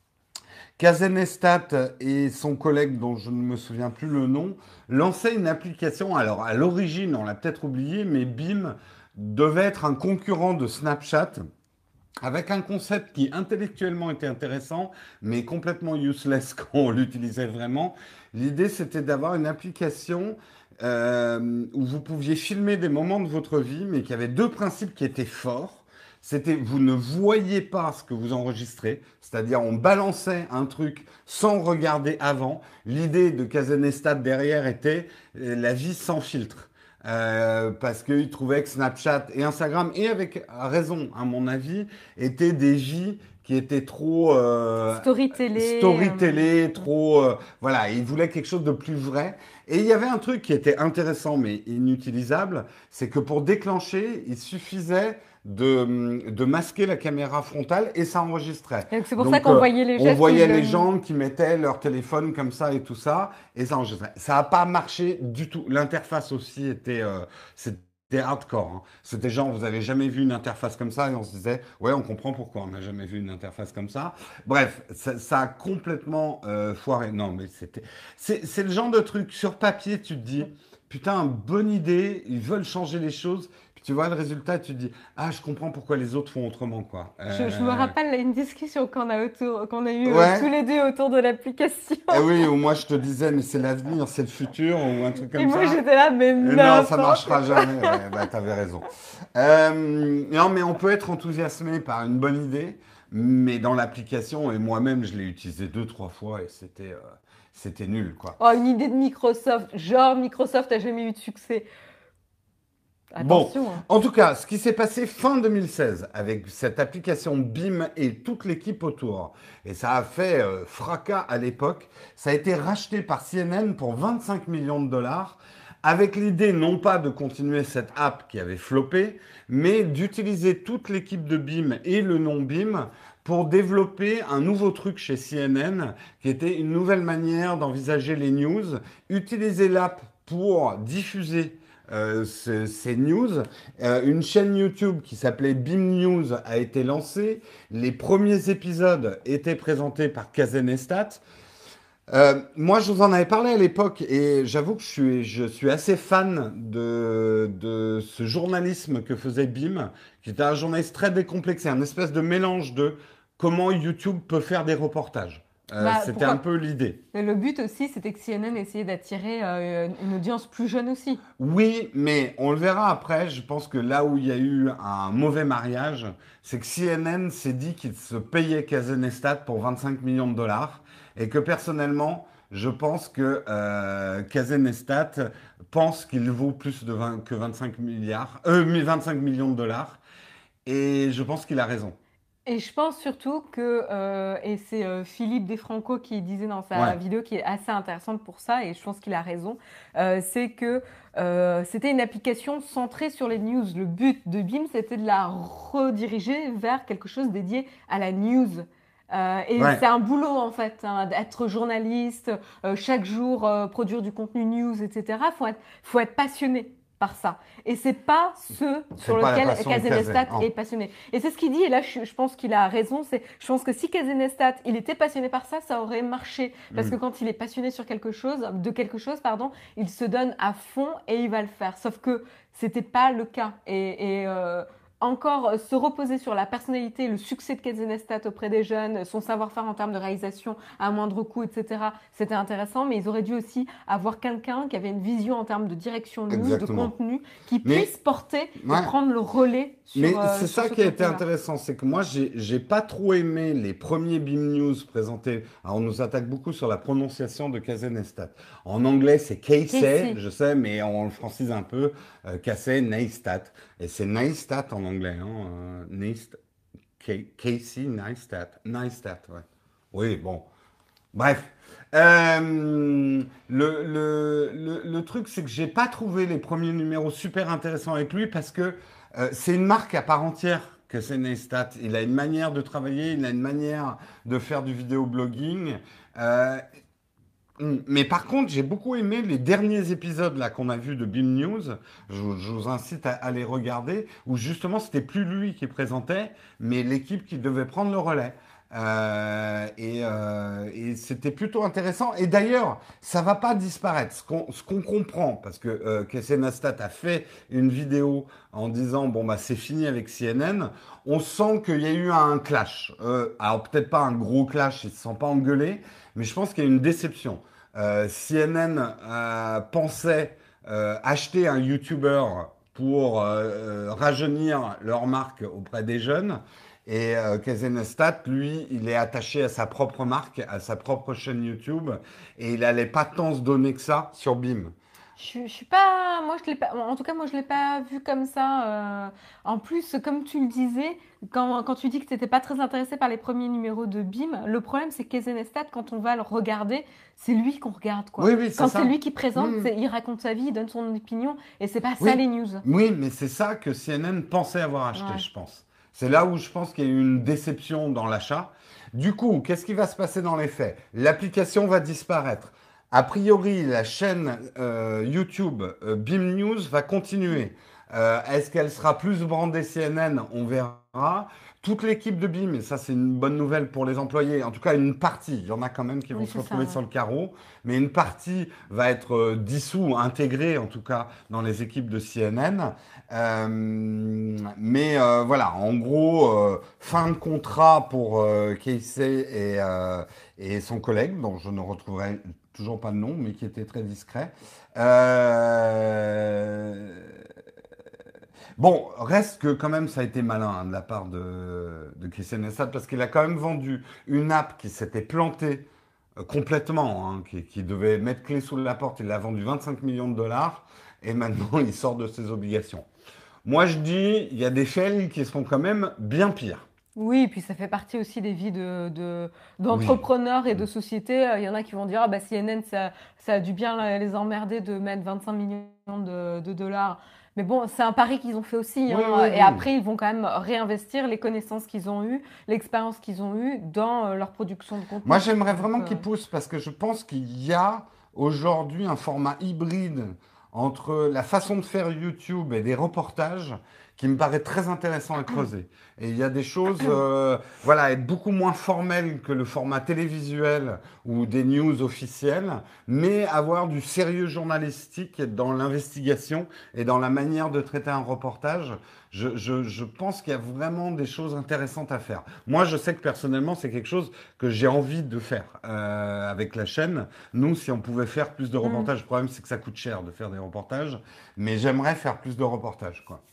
S1: Kazenestat et son collègue, dont je ne me souviens plus le nom, lançaient une application. Alors, à l'origine, on l'a peut-être oublié, mais Beam devait être un concurrent de Snapchat avec un concept qui intellectuellement était intéressant, mais complètement useless quand on l'utilisait vraiment. L'idée, c'était d'avoir une application euh, où vous pouviez filmer des moments de votre vie, mais qui avait deux principes qui étaient forts. C'était vous ne voyez pas ce que vous enregistrez, c'est-à-dire on balançait un truc sans regarder avant. L'idée de Kazenestat derrière était euh, la vie sans filtre. Euh, parce qu'il trouvait que Snapchat et Instagram, et avec raison à mon avis, étaient des vies qui étaient trop euh,
S2: Storytelling.
S1: storytellées,
S2: euh,
S1: trop... euh, voilà, il voulait quelque chose de plus vrai. Et il y avait un truc qui était intéressant mais inutilisable, c'est que pour déclencher, il suffisait de, de masquer la caméra frontale et ça enregistrait.
S2: et donc c'est pour ça
S1: Donc,
S2: qu'on
S1: euh,
S2: voyait les
S1: on
S2: gestes qui
S1: voyait les
S2: donnaient.
S1: gens qui mettaient leur téléphone comme ça et tout ça, et ça enregistrait. Ça n'a pas marché du tout. L'interface aussi était, euh, c'était hardcore. Hein. C'était genre, vous avez jamais vu une interface comme ça, et on se disait, ouais, on comprend pourquoi on n'a jamais vu une interface comme ça. Bref, ça, ça a complètement euh, foiré. Non, mais c'était, c'est, c'est le genre de truc sur papier, tu te dis, putain, bonne idée, ils veulent changer les choses. Puis tu vois le résultat, tu te dis, ah, je comprends pourquoi les autres font autrement, quoi.
S2: Je, je me
S1: Euh,
S2: rappelle une discussion qu'on a, autour, qu'on a eue euh, tous
S1: ouais.
S2: les deux autour de l'application.
S1: Eh oui, ou moi je te disais, mais c'est l'avenir, c'est le futur, ou un truc
S2: Et
S1: comme
S2: moi,
S1: ça.
S2: j'étais là, mais
S1: Euh, non, ça
S2: n'importe
S1: marchera
S2: quoi.
S1: jamais. Ouais, bah, t'avais raison. Euh, non, mais on peut être enthousiasmé par une bonne idée, mais dans l'application, et moi-même, je l'ai utilisé deux, trois fois et c'était euh, c'était nul, quoi.
S2: Oh, une idée de Microsoft, genre Microsoft a jamais eu de succès.
S1: Bon,
S2: Attention, hein.
S1: en tout cas, ce qui s'est passé fin deux mille seize avec cette application Beam et toute l'équipe autour, et ça a fait euh, fracas à l'époque, ça a été racheté par C N N pour vingt-cinq millions de dollars, avec l'idée non pas de continuer cette app qui avait floppé, mais d'utiliser toute l'équipe de Beam et le nom Beam pour développer un nouveau truc chez C N N, qui était une nouvelle manière d'envisager les news, utiliser l'app pour diffuser euh, ce- ces news. Euh, une chaîne YouTube qui s'appelait Beam News a été lancée. Les premiers épisodes étaient présentés par Kazenestat. Euh, moi, je vous en avais parlé à l'époque et j'avoue que je suis, je suis assez fan de, de ce journalisme que faisait Beam, qui était un journaliste très décomplexé, un espèce de mélange de comment YouTube peut faire des reportages. Euh,
S2: Bah,
S1: c'était un
S2: pourquoi?
S1: peu l'idée.
S2: Et le but aussi, c'était que C N N essayait d'attirer euh, une audience plus jeune aussi.
S1: Oui, mais on le verra après. Je pense que là où il y a eu un mauvais mariage, c'est que C N N s'est dit qu'il se payait Kazenestat pour vingt-cinq millions de dollars et que personnellement, je pense que euh, Kazenestat pense qu'il vaut plus de vingt que vingt-cinq milliards, euh, vingt-cinq millions de dollars et je pense qu'il a raison.
S2: Et je pense surtout que, euh, et c'est euh, Philippe Desfranco qui disait dans sa
S1: Ouais,
S2: vidéo qui est assez intéressante pour ça, et je pense qu'il a raison, euh, c'est que euh, c'était une application centrée sur les news. Le but de Bim, c'était de la rediriger vers quelque chose dédié à la news. Euh, et
S1: ouais.
S2: c'est un boulot en fait, hein, d'être journaliste, euh, chaque jour euh, produire du contenu news, et cetera. Faut être, faut être passionné par ça. Et c'est pas ce sur
S1: C'est pas la
S2: lequel
S1: passion de Kazé.
S2: Kazenestat
S1: Hein.
S2: est passionné. Et c'est ce qu'il dit, et là je, je pense qu'il a raison, c'est, je pense que si Kazenestat, il était passionné par ça, ça aurait marché. Parce que
S1: Hmm.
S2: quand il est passionné sur quelque chose, de quelque chose, pardon, il se donne à fond et il va le faire. Sauf que c'était pas le cas. Et, et euh, encore euh, se reposer sur la personnalité, le succès de Kazenestat auprès des jeunes, son savoir-faire en termes de réalisation à moindre coût, et cetera. C'était intéressant, mais ils auraient dû aussi avoir quelqu'un qui avait une vision en termes de direction news, de
S1: Exactement.
S2: contenu, qui puisse
S1: Mais
S2: porter et
S1: ouais.
S2: prendre le relais sur,
S1: Mais
S2: euh,
S1: c'est
S2: sur
S1: ça
S2: ce
S1: qui a été
S2: contenu-là.
S1: intéressant, c'est que moi j'ai j'ai pas trop aimé les premiers Beam News présentés. Alors on nous attaque beaucoup sur la prononciation de Kazenestat. En anglais c'est Casey,
S2: Casey.
S1: je sais, mais on le francise un peu, euh, Casey Neistat. Et c'est Neistat en anglais, hein, euh, Neist- Ca- Casey Neistat. Neistat, ouais. Oui, bon. Bref. Euh, le, le, le, le truc, c'est que j'ai pas trouvé les premiers numéros super intéressants avec lui parce que euh, c'est une marque à part entière que c'est Neistat. Il a une manière de travailler, il a une manière de faire du vidéoblogging. Euh, mais par contre, j'ai beaucoup aimé les derniers épisodes là qu'on a vus de Beam News. Je, vous je vous incite à, à les regarder, où justement c'était plus lui qui présentait, mais l'équipe qui devait prendre le relais. Euh, et euh, et c'était plutôt intéressant. Et d'ailleurs, ça va pas disparaître. Ce qu'on ce qu'on comprend, parce que euh, Casey Neistat a fait une vidéo en disant bon bah c'est fini avec C N N. On sent qu'il y a eu un clash. Euh, alors peut-être pas un gros clash, ils se sont pas engueulés, mais je pense qu'il y a une déception. Euh, C N N euh, pensait euh, acheter un YouTuber pour euh, euh, rajeunir leur marque auprès des jeunes. Et euh, Kazenestat, lui, il est attaché à sa propre marque, à sa propre chaîne YouTube, et il allait pas tant se donner que ça sur Bim.
S2: Je, je suis pas, moi je l'ai pas, en tout cas moi je l'ai pas vu comme ça. euh. En plus, comme tu le disais, quand, quand tu dis que tu n'étais pas très intéressé par les premiers numéros de Bim, le problème c'est que Kezenestat, quand on va le regarder, c'est lui qu'on regarde quoi.
S1: Oui, oui, c'est
S2: Quand c'est
S1: ça.
S2: lui qui présente,
S1: Hmm.
S2: c'est- il raconte sa vie, il donne son opinion, et c'est pas ça
S1: Oui,
S2: les news.
S1: oui, mais c'est ça que C N N pensait avoir acheté,
S2: Ouais.
S1: je pense. C'est là où je pense qu'il y a eu une déception dans l'achat. Du coup, qu'est-ce qui va se passer dans les faits? L'application va disparaître. A priori, la chaîne euh, YouTube euh, Beam News va
S2: Mm.
S1: continuer. Euh, est-ce qu'elle sera plus brandée C N N? On verra. Toute l'équipe de Beam, et ça c'est une bonne nouvelle pour les employés, en tout cas une partie, il y en a quand même qui vont
S2: Oui,
S1: se
S2: c'est ça,
S1: retrouver
S2: ouais.
S1: sur le carreau, mais une partie va être euh, dissous, intégrée en tout cas dans les équipes de C N N. Euh, mais euh, voilà, en gros, euh, fin de contrat pour euh, Casey et, euh, et son collègue, dont je ne retrouverai toujours pas le nom, mais qui était très discret. Euh, Bon, reste que quand même ça a été malin hein, de la part de, de Christian Essad parce qu'il a quand même vendu une app qui s'était plantée euh, complètement, hein, qui, qui devait mettre clé sous la porte. Il l'a vendu vingt-cinq millions de dollars et maintenant il sort de ses obligations. Moi je dis, il y a des fails qui sont quand même bien pires.
S2: Oui, et puis ça fait partie aussi des vies de, de-
S1: Oui.
S2: d'entrepreneurs et de
S1: Mm.
S2: sociétés. Euh, Il y en a qui vont dire, ah bah C N N, ça, ça a dû bien les emmerder de mettre vingt-cinq millions de, de dollars. Mais bon, c'est un pari qu'ils ont fait aussi,
S1: Oui,
S2: hein.
S1: oui,
S2: Et
S1: oui.
S2: après, ils vont quand même réinvestir les connaissances qu'ils ont eues, l'expérience qu'ils ont eue dans euh, leur production de
S1: Moi
S2: contenu.
S1: j'aimerais
S2: Donc,
S1: vraiment
S2: euh,
S1: qu'il pousse parce que je pense qu'il y a aujourd'hui un format hybride entre la façon de faire YouTube et des reportages qui me paraît très intéressant à creuser. Et il y a des choses, euh, voilà, être beaucoup moins formel que le format télévisuel ou des news officielles, mais avoir du sérieux journalistique dans l'investigation et dans la manière de traiter un reportage. Je, je, je pense qu'il y a vraiment des choses intéressantes à faire. Moi, je sais que personnellement, c'est quelque chose que j'ai envie de faire euh, avec la chaîne. Nous, si on pouvait faire plus de
S2: Mm.
S1: reportages, le problème, c'est que ça coûte cher de faire des reportages, mais j'aimerais faire plus de reportages, quoi.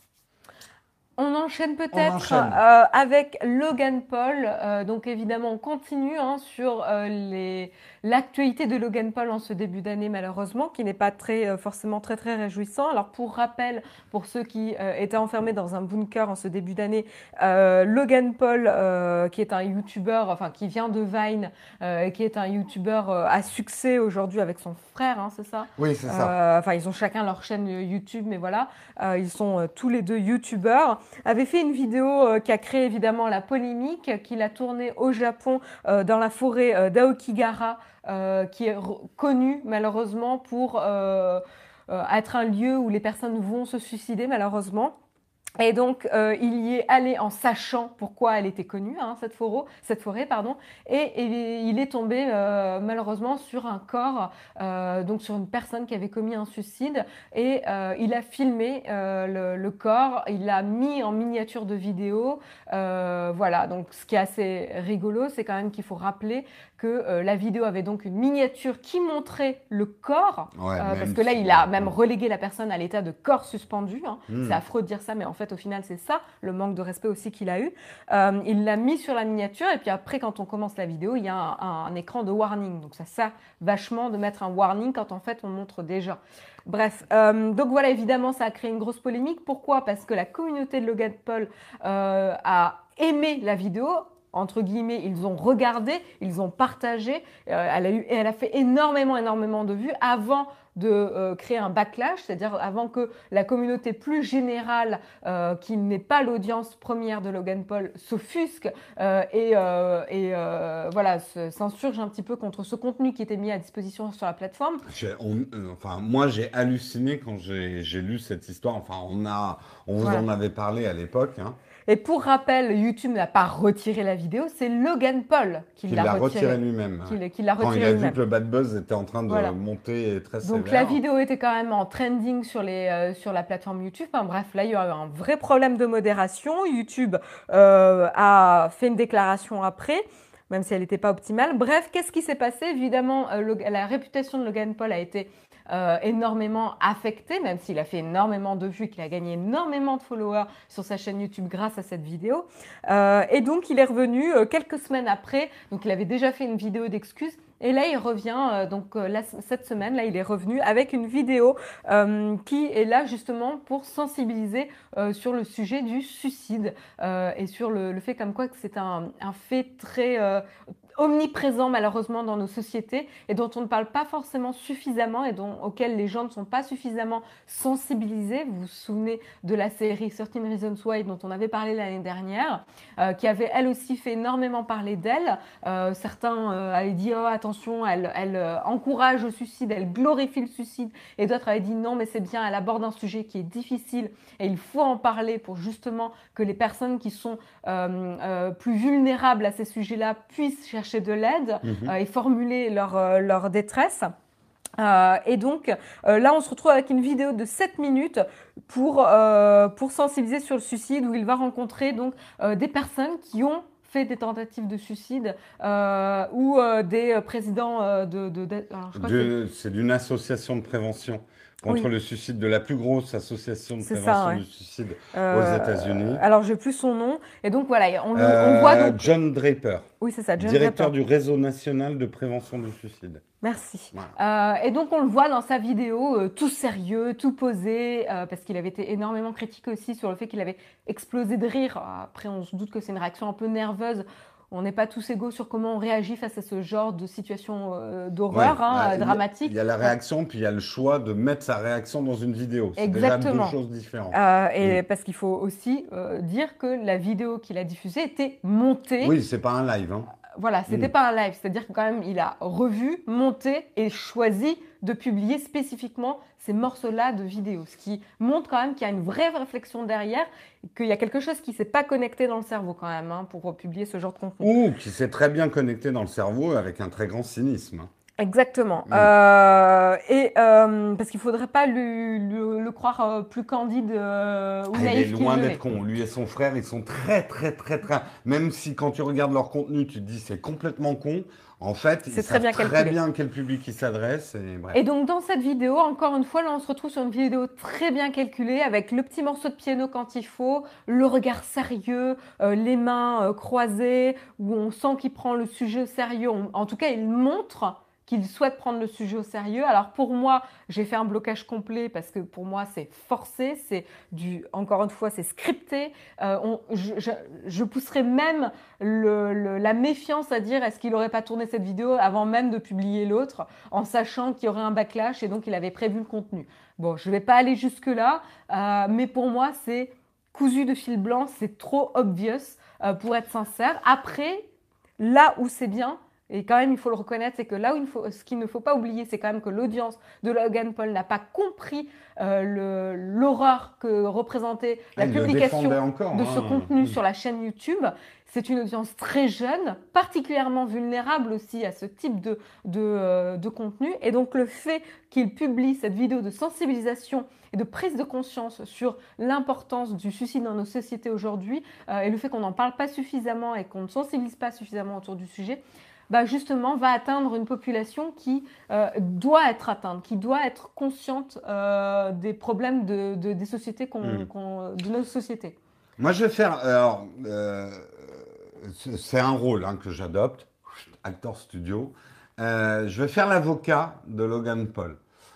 S2: On enchaîne
S1: On
S2: peut-être
S1: enchaîne.
S2: euh, avec Logan Paul. Euh, donc évidemment, on continue hein, sur euh, les... l'actualité de Logan Paul en ce début d'année, malheureusement, qui n'est pas très, euh, forcément très très réjouissant. Alors pour rappel, pour ceux qui euh, étaient enfermés dans un bunker en ce début d'année, euh, Logan Paul, euh, qui est un YouTuber, enfin qui vient de Vine, euh, qui est un YouTuber euh, à succès aujourd'hui avec son frère, hein, c'est ça?
S1: Oui, c'est ça.
S2: Euh, Enfin, ils ont chacun leur chaîne YouTube, mais voilà, euh, ils sont euh, tous les deux YouTubers. Avait fait une vidéo euh, qui a créé évidemment la polémique, qu'il a tournée au Japon euh, dans la forêt euh, d'Aokigahara, euh, qui est connue malheureusement pour euh, euh, être un lieu où les personnes vont se suicider malheureusement. Et donc, euh, il y est allé en sachant pourquoi elle était connue, hein, cette, forêt, cette forêt, pardon, et, et il est tombé euh, malheureusement sur un corps, euh, donc sur une personne qui avait commis un suicide, et euh, il a filmé euh, le, le corps, il l'a mis en miniature de vidéo, euh, voilà. Donc, ce qui est assez rigolo, c'est quand même qu'il faut rappeler que euh, la vidéo avait donc une miniature qui montrait le corps,
S1: Ouais,
S2: euh, parce
S1: même
S2: que là,
S1: si-
S2: il a même relégué la personne à l'état de corps suspendu. Hein.
S1: Hmm.
S2: C'est affreux de dire ça, mais en fait, au final, c'est ça, le manque de respect aussi qu'il a eu. Euh, il l'a mis sur la miniature, et puis après, quand on commence la vidéo, il y a un, un, un écran de warning. Donc ça sert vachement de mettre un warning quand en fait, on montre déjà. Bref, euh, donc voilà, évidemment, ça a créé une grosse polémique. Pourquoi? Parce que la communauté de Logan Paul euh, a aimé la vidéo. Entre guillemets, ils ont regardé, ils ont partagé. Euh, elle a eu, et elle a fait énormément, énormément de vues avant de euh, créer un backlash, c'est-à-dire avant que la communauté plus générale, euh, qui n'est pas l'audience première de Logan Paul, s'offusque euh, et, euh, et euh, voilà, s'insurge un petit peu contre ce contenu qui était mis à disposition sur la plateforme.
S1: On, euh, enfin, moi, j'ai halluciné quand j'ai lu cette histoire. Enfin, on, a, on vous
S2: voilà.
S1: en avait parlé à l'époque. Hein.
S2: Et pour rappel, YouTube n'a pas retiré la vidéo, c'est Logan Paul qui,
S1: qui
S2: l'a
S1: retiré,
S2: retiré
S1: lui-même.
S2: Qui, qui l'a
S1: retiré
S2: Quand il
S1: a vu que le bad buzz était en train de voilà. monter très sévère.
S2: Donc la vidéo était quand même en trending sur, les, euh, sur la plateforme YouTube. Enfin, bref, là, il y a eu un vrai problème de modération. YouTube euh, a fait une déclaration après, même si elle n'était pas optimale. Bref, qu'est-ce qui s'est passé? Évidemment, euh, le, la réputation de Logan Paul a été Euh, énormément affecté, même s'il a fait énormément de vues, qu'il a gagné énormément de followers sur sa chaîne YouTube grâce à cette vidéo. Euh, et donc, il est revenu euh, quelques semaines après. Donc, il avait déjà fait une vidéo d'excuses. Et là, il revient, euh, donc euh, là, cette semaine, là, il est revenu avec une vidéo euh, qui est là justement pour sensibiliser euh, sur le sujet du suicide euh, et sur le, le fait comme quoi que c'est un, un fait très euh, omniprésent malheureusement dans nos sociétés et dont on ne parle pas forcément suffisamment et dont, auquel les gens ne sont pas suffisamment sensibilisés. Vous vous souvenez de la série thirteen Reasons Why dont on avait parlé l'année dernière, euh, qui avait elle aussi fait énormément parler d'elle. Euh, certains euh, avaient dit oh attention, elle, elle euh, encourage au suicide, elle glorifie le suicide, et d'autres avaient dit non mais c'est bien, elle aborde un sujet qui est difficile et il faut en parler pour justement que les personnes qui sont euh, euh, plus vulnérables à ces sujets-là puissent chercher de l'aide mmh. euh, et formuler leur, euh, leur détresse. Euh, et donc euh, là on se retrouve avec une vidéo de sept minutes pour, euh, pour sensibiliser sur le suicide, où il va rencontrer donc euh, des personnes qui ont fait des tentatives de suicide euh, ou euh, des présidents euh, de... de, de
S1: de c'est d'une association de prévention contre oui. le suicide, de la plus grosse association de prévention ça, ouais. du suicide euh, aux États-Unis.
S2: Alors, j'ai plus son nom. Et donc, voilà, on, le,
S1: euh,
S2: on voit donc...
S1: John Draper.
S2: Oui, c'est ça, John
S1: directeur
S2: Draper.
S1: du réseau national de prévention du suicide.
S2: Merci. Voilà. Euh, et donc, on le voit dans sa vidéo, euh, tout sérieux, tout posé, euh, parce qu'il avait été énormément critiqué aussi sur le fait qu'il avait explosé de rire. Après, on se doute que c'est une réaction un peu nerveuse. On n'est pas tous égaux sur comment on réagit face à ce genre de situation euh, d'horreur ouais, hein, bah, dramatique.
S1: Il y a la réaction, puis il y a le choix de mettre sa réaction dans une vidéo. C'est déjà deux choses différentes.
S2: Euh, et oui. Parce qu'il faut aussi euh, dire que la vidéo qu'il a diffusée était montée.
S1: Oui, c'est pas un live. Hein.
S2: voilà, c'était
S1: Mm.
S2: pas un live, c'est-à-dire que quand même, il a revu, monté et choisi de publier spécifiquement ces morceaux-là de vidéo, ce qui montre quand même qu'il y a une vraie réflexion derrière, qu'il y a quelque chose qui s'est pas connecté dans le cerveau quand même hein, pour publier ce genre de contenu.
S1: Ou qui s'est très bien connecté dans le cerveau avec un très grand cynisme. Hein.
S2: Exactement.
S1: Mm.
S2: Euh, et euh, parce qu'il faudrait pas lui- lui- le croire euh, plus candide euh, ou
S1: Ah, il est
S2: naïf qu'il
S1: loin
S2: ne
S1: d'être
S2: l'est.
S1: con. Lui et son frère, ils sont très, très, très, très. Même si quand tu regardes leur contenu, tu te dis c'est complètement con. En fait, ils
S2: C'est très
S1: savent
S2: bien
S1: très
S2: calculé.
S1: bien à quel public ils s'adressent. Et bref.
S2: Et donc dans cette vidéo, encore une fois, là on se retrouve sur une vidéo très bien calculée avec le petit morceau de piano quand il faut, le regard sérieux, euh, les mains euh, croisées, où on sent qu'il prend le sujet au sérieux. On- en tout cas, il montre qu'il souhaite prendre le sujet au sérieux. Alors pour moi, j'ai fait un blocage complet parce que pour moi c'est forcé, c'est du, encore une fois, c'est scripté. Euh, on- je, je- je pousserais même le- le- la méfiance à dire est-ce qu'il n'aurait pas tourné cette vidéo avant même de publier l'autre en sachant qu'il y aurait un backlash et donc il avait prévu le contenu. Bon, je ne vais pas aller jusque-là, euh, mais pour moi, c'est cousu de fil blanc, c'est trop obvious euh, pour être sincère. Après, là où c'est bien, et quand même il faut le reconnaître, c'est que là où il faut, ce qu'il ne faut pas oublier, c'est quand même que l'audience de Logan Paul n'a pas compris euh, le- l'horreur que représentait
S1: Ah,
S2: la
S1: il le
S2: publication
S1: défendait encore.
S2: de ce
S1: Hein.
S2: contenu
S1: Mm.
S2: sur la chaîne YouTube. C'est une audience très jeune, particulièrement vulnérable aussi à ce type de, de, euh, de contenu. Et donc le fait qu'il publie cette vidéo de sensibilisation et de prise de conscience sur l'importance du suicide dans nos sociétés aujourd'hui euh, et le fait qu'on n'en parle pas suffisamment et qu'on ne sensibilise pas suffisamment autour du sujet, bah justement va atteindre une population qui euh, doit être atteinte, qui doit être consciente euh, des problèmes de, de- des sociétés qu'on,
S1: Mm.
S2: qu'on- de nos sociétés.
S1: Moi, je vais faire. Alors, euh, c'est c'est un rôle hein, que j'adopte, acteur studio. Euh, je vais faire l'avocat de Logan Paul.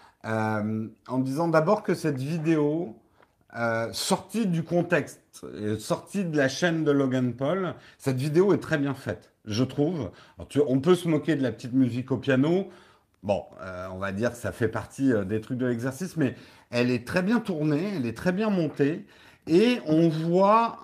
S1: Euh, en disant d'abord que cette vidéo, euh, sortie du contexte, et sortie de la chaîne de Logan Paul, cette vidéo est très bien faite, je trouve. Alors, tu- on peut se moquer de la petite musique au piano. Bon, euh, on va dire que ça fait partie euh, des trucs de l'exercice, mais elle est très bien tournée, elle est très bien montée, et on voit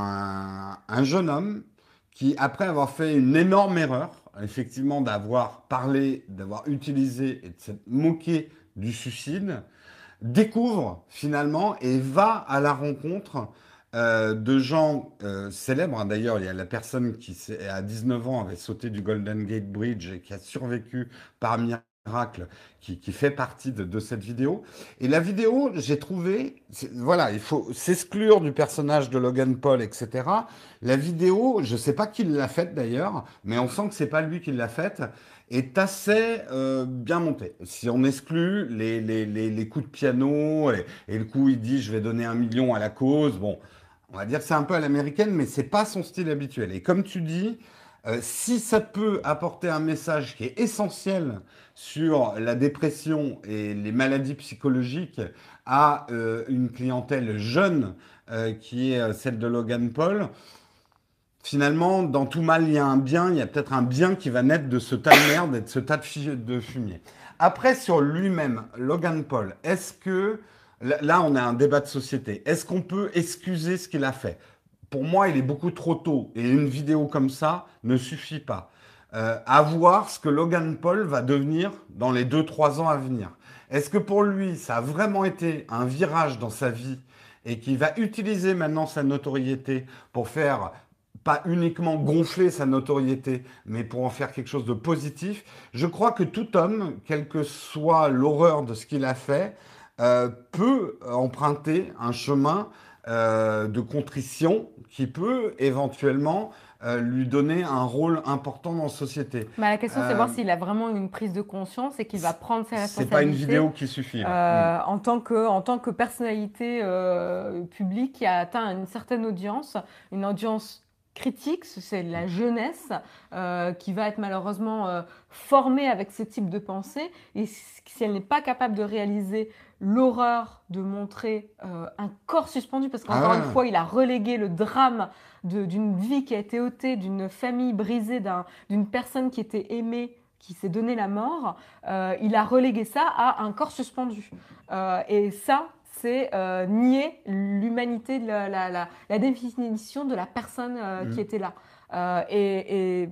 S1: un, un jeune homme qui, après avoir fait une énorme erreur, effectivement d'avoir parlé, d'avoir utilisé et de s'être moqué du suicide, découvre finalement et va à la rencontre euh, de gens euh, célèbres. Hein. D'ailleurs, il y a la personne qui, s'est- à dix-neuf ans, avait sauté du Golden Gate Bridge et qui a survécu par miracle, qui, qui fait partie de, de cette vidéo. Et la vidéo, j'ai trouvé, c'est- voilà, il faut s'exclure du personnage de Logan Paul, et cetera. La vidéo, je ne sais pas qui l'a faite d'ailleurs, mais on sent que c'est pas lui qui l'a faite est assez euh, bien monté. Si on exclut les, les, les, les coups de piano et, et le coup il dit je vais donner un million à la cause, bon, on va dire que c'est un peu à l'américaine, mais c'est pas son style habituel. Et comme tu dis, euh, si ça peut apporter un message qui est essentiel sur la dépression et les maladies psychologiques à euh, une clientèle jeune euh, qui est euh, celle de Logan Paul, finalement, dans tout mal, il y a un bien. Il y a peut-être un bien qui va naître de ce tas de merde et de ce tas de, fi- de fumier. Après, sur lui-même, Logan Paul, est-ce que... Là, là, on a un débat de société. Est-ce qu'on peut excuser ce qu'il a fait? Pour moi, il est beaucoup trop tôt. Et une vidéo comme ça ne suffit pas. Euh, à voir ce que Logan Paul va devenir dans les deux trois ans à venir. Est-ce que pour lui, ça a vraiment été un virage dans sa vie et qu'il va utiliser maintenant sa notoriété pour faire pas uniquement gonfler sa notoriété, mais pour en faire quelque chose de positif. Je crois que tout homme, quelle que soit l'horreur de ce qu'il a fait, euh, peut emprunter un chemin euh, de contrition qui peut éventuellement euh, lui donner un rôle important dans la société.
S2: Bah, la question, c'est
S1: Euh,
S2: voir s'il a vraiment une prise de conscience et qu'il va prendre ses
S1: c'est pas une
S2: responsabilités
S1: vidéo qui suffit. Ouais. Mm.
S2: euh, en tant que, en tant que personnalité euh, publique qui a atteint une certaine audience, une audience critique, c'est la jeunesse euh, qui va être malheureusement euh, formée avec ce type de pensée. Et si elle n'est pas capable de réaliser l'horreur de montrer euh, un corps suspendu, parce
S1: Ah
S2: qu'encore une
S1: ouais.
S2: fois, il a relégué le drame de- d'une vie qui a été ôtée, d'une famille brisée, d'un- d'une personne qui était aimée, qui s'est donné la mort, euh, il a relégué ça à un corps suspendu. Euh, et ça, c'est euh, nier l'humanité, la, la, la, la définition de la personne euh, qui
S1: Mm.
S2: était là. Euh, et, et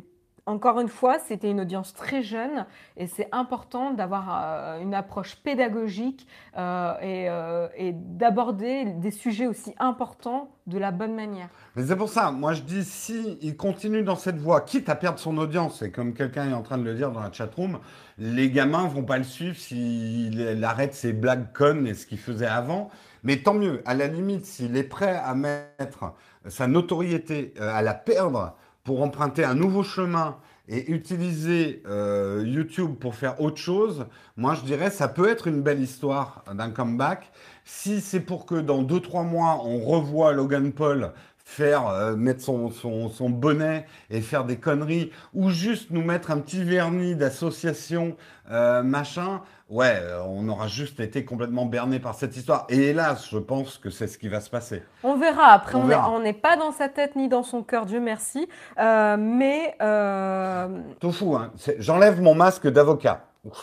S2: encore une fois, c'était une audience très jeune et c'est important d'avoir euh, une approche pédagogique euh, et, euh, et d'aborder des sujets aussi importants de la bonne manière.
S1: Mais c'est pour ça, moi je dis, si il continue dans cette voie, quitte à perdre son audience, et comme quelqu'un est en train de le dire dans la chatroom, les gamins vont pas le suivre s'il arrête ses blagues connes et ce qu'il faisait avant. Mais tant mieux, à la limite, s'il est prêt à mettre sa notoriété, euh, à la perdre pour emprunter un nouveau chemin et utiliser euh, YouTube pour faire autre chose, moi je dirais ça peut être une belle histoire d'un comeback. Si c'est pour que dans deux trois mois, on revoit Logan Paul faire euh, mettre son, son, son bonnet et faire des conneries, ou juste nous mettre un petit vernis d'association, euh, machin, ouais, euh, on aura juste été complètement berné par cette histoire. Et hélas, je pense que c'est ce qui va se passer.
S2: On verra. Après,
S1: On
S2: on n'est
S1: verra.
S2: on n'est pas dans sa tête ni dans son cœur, Dieu merci. Euh, mais euh,
S1: Tofu, hein, c'est- j'enlève mon masque d'avocat.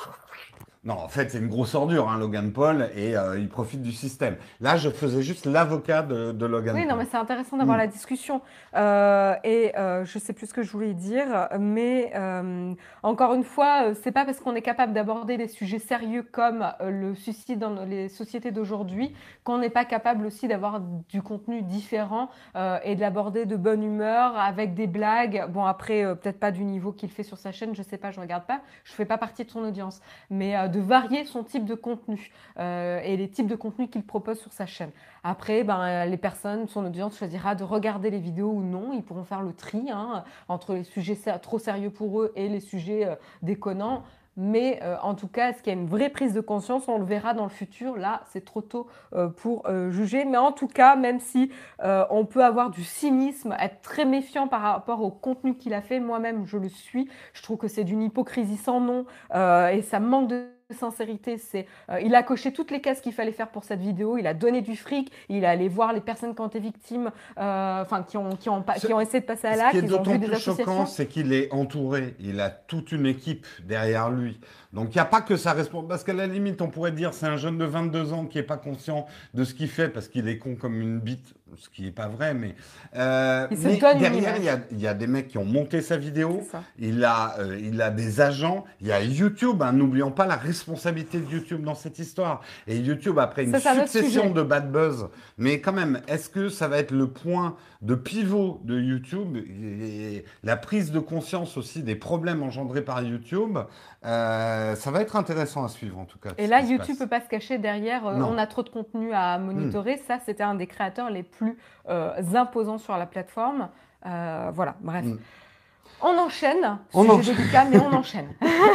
S1: Non, en fait, c'est une grosse ordure, hein, Logan Paul, et euh, il profite du système. Là, je faisais juste l'avocat de, de Logan
S2: oui, non,
S1: Paul.
S2: mais c'est intéressant d'avoir
S1: Hmm.
S2: la discussion. Euh, et euh, je sais plus ce que je voulais dire, mais euh, encore une fois, euh, c'est pas parce qu'on est capable d'aborder des sujets sérieux comme euh, le suicide dans les sociétés d'aujourd'hui qu'on n'est pas capable aussi d'avoir du contenu différent euh, et de l'aborder de bonne humeur avec des blagues. Bon, après, euh, peut-être pas du niveau qu'il fait sur sa chaîne, je sais pas, je regarde pas, je fais pas partie de son audience, mais euh, de varier son type de contenu euh, et les types de contenus qu'il propose sur sa chaîne. Après, ben, les personnes, son audience choisira de regarder les vidéos ou non. Ils pourront faire le tri hein, entre les sujets ser- trop sérieux pour eux et les sujets euh, déconnants. Mais euh, en tout cas, est-ce qu'il y a une vraie prise de conscience? On le verra dans le futur. Là, c'est trop tôt euh, pour euh, juger. Mais en tout cas, même si euh, on peut avoir du cynisme, être très méfiant par rapport au contenu qu'il a fait, moi-même, je le suis. Je trouve que c'est d'une hypocrisie sans nom euh, et ça manque de sincérité. C'est, euh, il a coché toutes les cases qu'il fallait faire pour cette vidéo. Il a donné du fric. Il est allé voir les personnes qui ont été victimes, euh, enfin qui ont qui ont pas-
S1: Ce,
S2: qui ont essayé de passer à
S1: ce qui
S2: l'acte.
S1: est
S2: Ils ont
S1: d'autant
S2: vu des
S1: plus choquant,
S2: associations.
S1: c'est qu'il est entouré. Il a toute une équipe derrière lui. Donc, il n'y a pas que sa responsabilité. Parce qu'à la limite, on pourrait dire c'est un jeune de vingt-deux ans qui n'est pas conscient de ce qu'il fait parce qu'il est con comme une bite, ce qui n'est pas vrai. Mais, euh,
S2: Il se
S1: mais
S2: donne une
S1: derrière, il y
S2: image.
S1: a, il y a des mecs qui ont monté sa
S2: C'est
S1: vidéo.
S2: ça.
S1: Il a, euh, il a des agents. Il y a YouTube. Hein, n'oublions pas la responsabilité de YouTube dans cette histoire. Et YouTube, après une
S2: Ça, c'est un autre
S1: succession
S2: sujet.
S1: de bad buzz, mais quand même, est-ce que ça va être le point de pivot de YouTube et la prise de conscience aussi des problèmes engendrés par YouTube? Euh, ça va être intéressant à suivre en tout cas.
S2: Et
S1: Ce
S2: là,
S1: qui se
S2: YouTube
S1: passe.
S2: peut pas se cacher derrière. euh,
S1: Non.
S2: on a trop de contenu à
S1: Hmm.
S2: monitorer. Ça, c'était un des créateurs les plus euh, imposants sur la plateforme. Euh, voilà. Bref.
S1: Hmm.
S2: On enchaîne.
S1: On
S2: Sujet
S1: enchaîne.
S2: délicat, mais on enchaîne.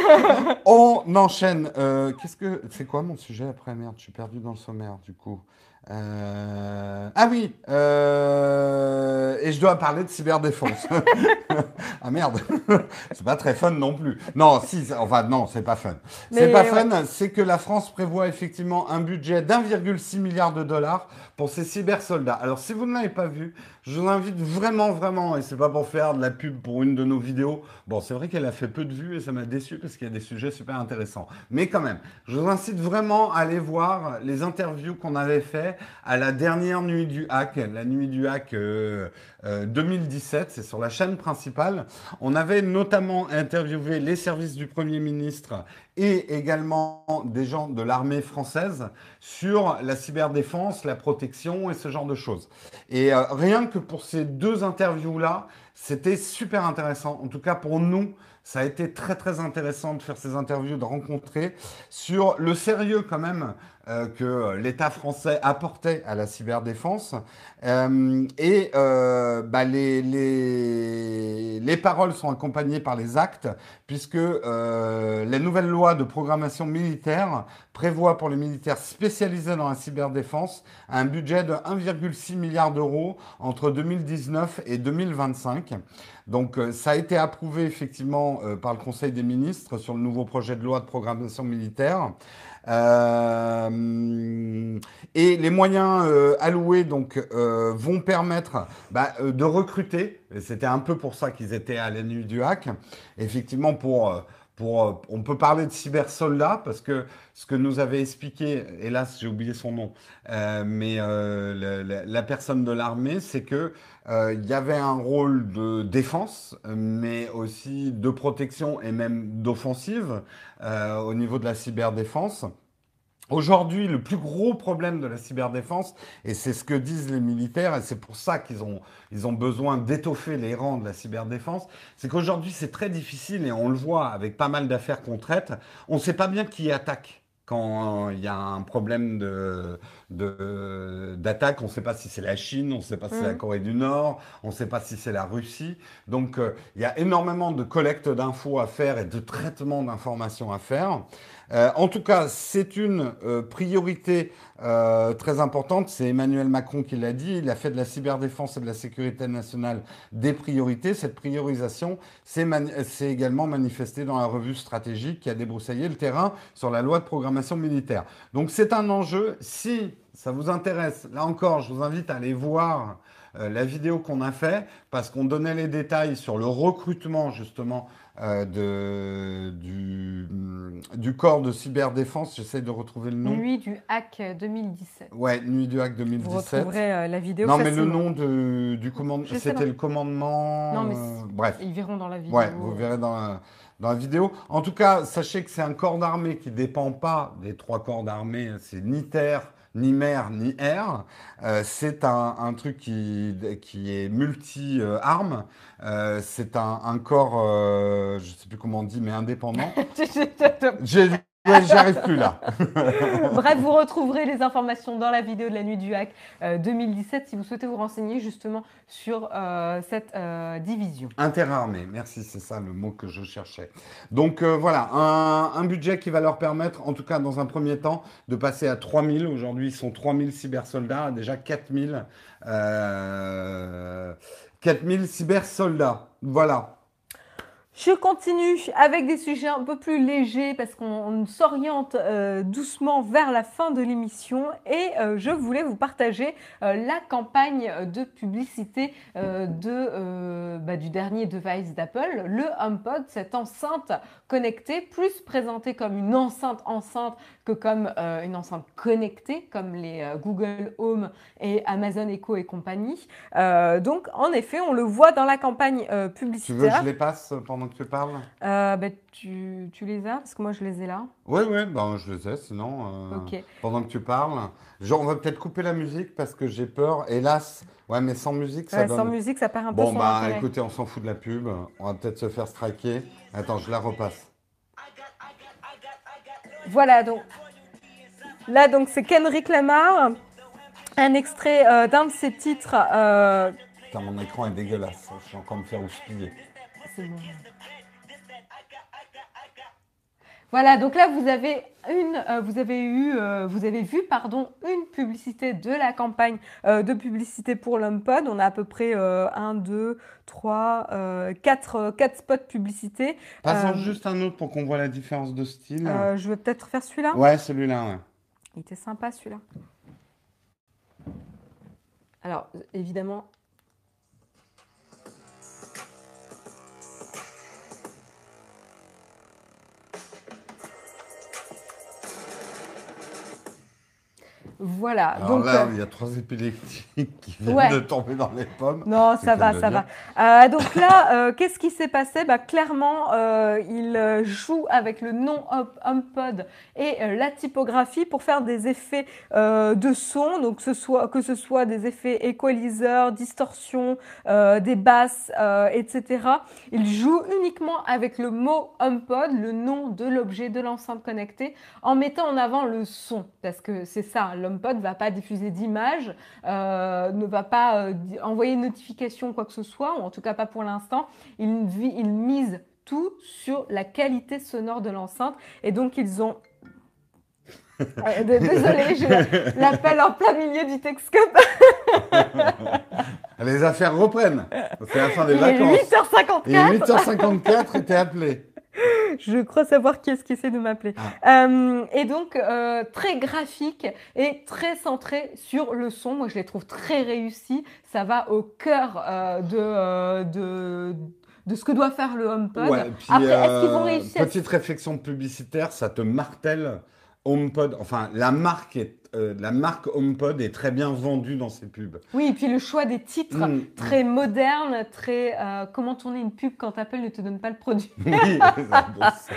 S1: On enchaîne. Euh, qu'est-ce que c'est quoi mon sujet après? Merde, je suis perdu dans le sommaire du coup. Euh, Ah oui, euh, et je dois parler de cyberdéfense. Ah merde, c'est pas très fun non plus. Non, si, c'est- enfin non, c'est pas fun. C'est
S2: Mais
S1: pas
S2: ouais.
S1: fun, c'est que la France prévoit effectivement un budget d'un virgule six milliard de dollars pour ses cybersoldats. Alors si vous ne l'avez pas vu, je vous invite vraiment, vraiment, et c'est pas pour faire de la pub pour une de nos vidéos. Bon, c'est vrai qu'elle a fait peu de vues et ça m'a déçu parce qu'il y a des sujets super intéressants. Mais quand même, je vous incite vraiment à aller voir les interviews qu'on avait fait à la dernière nuit du hack, la nuit du hack euh, euh, deux mille dix-sept, c'est sur la chaîne principale. On avait notamment interviewé les services du Premier ministre et également des gens de l'armée française sur la cyberdéfense, la protection et ce genre de choses. Et euh, rien que pour ces deux interviews-là, c'était super intéressant. En tout cas, pour nous, ça a été très très intéressant de faire ces interviews, de rencontrer sur le sérieux quand même euh, que l'État français apportait à la cyberdéfense. Euh, et euh, bah, les, les, les paroles sont accompagnées par les actes, puisque euh, la nouvelle loi de programmation militaire prévoit pour les militaires spécialisés dans la cyberdéfense un budget de un virgule six milliard d'euros entre deux mille dix-neuf et deux mille vingt-cinq. Donc euh, ça a été approuvé effectivement euh, par le Conseil des ministres sur le nouveau projet de loi de programmation militaire. Euh, et les moyens euh, alloués donc, euh, vont permettre bah, euh, de recruter. Et c'était un peu pour ça qu'ils étaient à la nuit du hack. Effectivement, pour, euh, pour, euh, on peut parler de cybersoldat parce que ce que nous avait expliqué, hélas, j'ai oublié son nom, euh, mais euh, la, la- la personne de l'armée, c'est que euh, il y avait un rôle de défense, mais aussi de protection et même d'offensive euh, au niveau de la cyberdéfense. Aujourd'hui, le plus gros problème de la cyberdéfense, et c'est ce que disent les militaires, et c'est pour ça qu'ils ont, ils ont besoin d'étoffer les rangs de la cyberdéfense, c'est qu'aujourd'hui, c'est très difficile, et on le voit avec pas mal d'affaires qu'on traite, on ne sait pas bien qui attaque. Quand il y a un problème de, de- d'attaque, on ne sait pas si c'est la Chine, on ne sait pas si c'est la
S2: Mm.
S1: Corée du Nord, on ne sait pas si c'est la Russie. Donc, euh, il y a énormément de collecte d'infos à faire et de traitement d'informations à faire. Euh, en tout cas, c'est une euh, priorité euh, très importante. C'est Emmanuel Macron qui l'a dit. Il a fait de la cyberdéfense et de la sécurité nationale des priorités. Cette priorisation s'est mani- s'est également manifestée dans la revue stratégique qui a débroussaillé le terrain sur la loi de programmation militaire. Donc c'est un enjeu. Si ça vous intéresse, là encore, je vous invite à aller voir euh, la vidéo qu'on a fait parce qu'on donnait les détails sur le recrutement justement euh, de, du, du corps de cyberdéfense. J'essaie de retrouver le nom.
S2: Nuit du hack deux mille dix-sept.
S1: Ouais, Nuit du Hack
S2: Vous
S1: deux mille dix-sept.
S2: retrouverez euh, la vidéo
S1: Non, mais le
S2: facilement.
S1: nom de, du commandement,
S2: Je sais
S1: c'était
S2: pas.
S1: le commandement.
S2: Non, mais
S1: euh,
S2: c-
S1: bref.
S2: ils verront dans la vidéo.
S1: Ouais, vous verrez dans la, dans la vidéo. En tout cas, sachez que c'est un corps d'armée qui ne dépend pas des trois corps d'armée. C'est ni terre, ni mer, ni air. Euh, c'est un, un truc qui, qui est multi-armes. Euh, c'est un, un corps, euh, je ne sais plus comment on dit, mais indépendant. J'ai, ouais, j'y arrive plus là.
S2: Bref, vous retrouverez les informations dans la vidéo de la nuit du hack euh, deux mille dix-sept si vous souhaitez vous renseigner justement sur euh, cette euh, division.
S1: Interarmée, merci, c'est ça le mot que je cherchais. Donc euh, voilà, un, un budget qui va leur permettre, en tout cas dans un premier temps, de passer à trois mille. Aujourd'hui, ils sont trois mille cybersoldats, déjà quatre mille, euh, quatre mille cybersoldats. Voilà.
S2: Je continue avec des sujets un peu plus légers parce qu'on on s'oriente euh, doucement vers la fin de l'émission et euh, je voulais vous partager euh, la campagne de publicité euh, de, euh, bah, du dernier device d'Apple, le HomePod, cette enceinte connectée, plus présentée comme une enceinte enceinte que comme euh, une enceinte connectée comme les euh, Google Home et Amazon Echo et compagnie. Euh, donc en effet, on le voit dans la campagne euh,
S1: Tu veux que
S2: publicitaire.
S1: je les passe pendant que tu parles?
S2: Euh, bah, tu, tu les as? Parce que moi, je les ai là.
S1: Oui, oui, ben, je les ai, sinon, euh,
S2: Ok.
S1: pendant que tu parles. Genre, on va peut-être couper la musique parce que j'ai peur. Hélas, ouais, mais sans musique, ça
S2: Ouais, sans
S1: donne...
S2: musique, ça perd un peu
S1: Bon,
S2: son
S1: bah
S2: intérêt.
S1: écoutez, on s'en fout de la pub. On va peut-être se faire striker. Attends, je la repasse.
S2: Voilà, donc là, donc c'est Kendrick Lamar, un extrait euh, d'un de ses titres. euh,
S1: Putain, mon écran est dégueulasse. Je suis encore me faire houspiller.
S2: C'est bon. Voilà, donc là vous avez une, euh, vous avez eu, euh, vous avez vu, pardon, une publicité de la campagne euh, de publicité pour l'HomePod. On a à peu près euh, un, deux, trois, euh, quatre, euh, quatre spots publicités.
S1: Passons
S2: Euh,
S1: juste un autre pour qu'on voit la différence de style.
S2: euh, je vais peut-être faire celui-là.
S1: Ouais, celui-là, ouais.
S2: Il était sympa celui-là. Alors évidemment. Voilà.
S1: Alors
S2: donc,
S1: là,
S2: euh,
S1: il y a trois épileptiques qui viennent
S2: ouais.
S1: de tomber dans les pommes.
S2: Non,
S1: C'est
S2: ça
S1: le cas
S2: va,
S1: de le
S2: ça
S1: dire.
S2: va. Euh, donc là, euh, qu'est-ce qui s'est passé? Bah, clairement, euh, il euh, joue avec le nom Hop- HomePod et euh, la typographie pour faire des effets euh, de son, donc ce soit, que ce soit des effets equalizer, distorsion, euh, des basses, euh, et cetera. Il joue uniquement avec le mot HomePod, le nom de l'objet de l'enceinte connectée, en mettant en avant le son, parce que c'est ça, l'HomePod ne va pas diffuser d'images, euh, ne va pas euh, di- envoyer une notification, quoi que ce soit, ou en tout cas pas pour l'instant. Il, vi- il mise tout sur la qualité sonore de l'enceinte, et donc ils ont... Euh, d- Désolée, je l'appelle en plein milieu du Texcope.
S1: Les affaires reprennent. C'est la fin des
S2: Il est
S1: vacances.
S2: huit heures cinquante-quatre.
S1: Il est huit heures cinquante-quatre et t'es appelé.
S2: Je crois savoir qui est-ce qui essaie de m'appeler.
S1: Ah.
S2: Euh, et donc, euh, très graphique et très centré sur le son. Moi, je les trouve très réussis. Ça va au cœur euh, de, euh, de, de ce que doit faire le HomePod.
S1: Ouais, puis
S2: Après, est-ce qu'ils vont
S1: euh,
S2: réussir à...
S1: petite réflexion publicitaire, ça te martèle HomePod. Enfin, la marque est, euh, la marque HomePod est très bien vendue dans ses pubs.
S2: Oui, et puis le choix des titres,
S1: Mm, mm.
S2: très moderne, très euh, comment tourner une pub quand Apple ne te donne pas le produit.
S1: Oui, c'est un peu ça.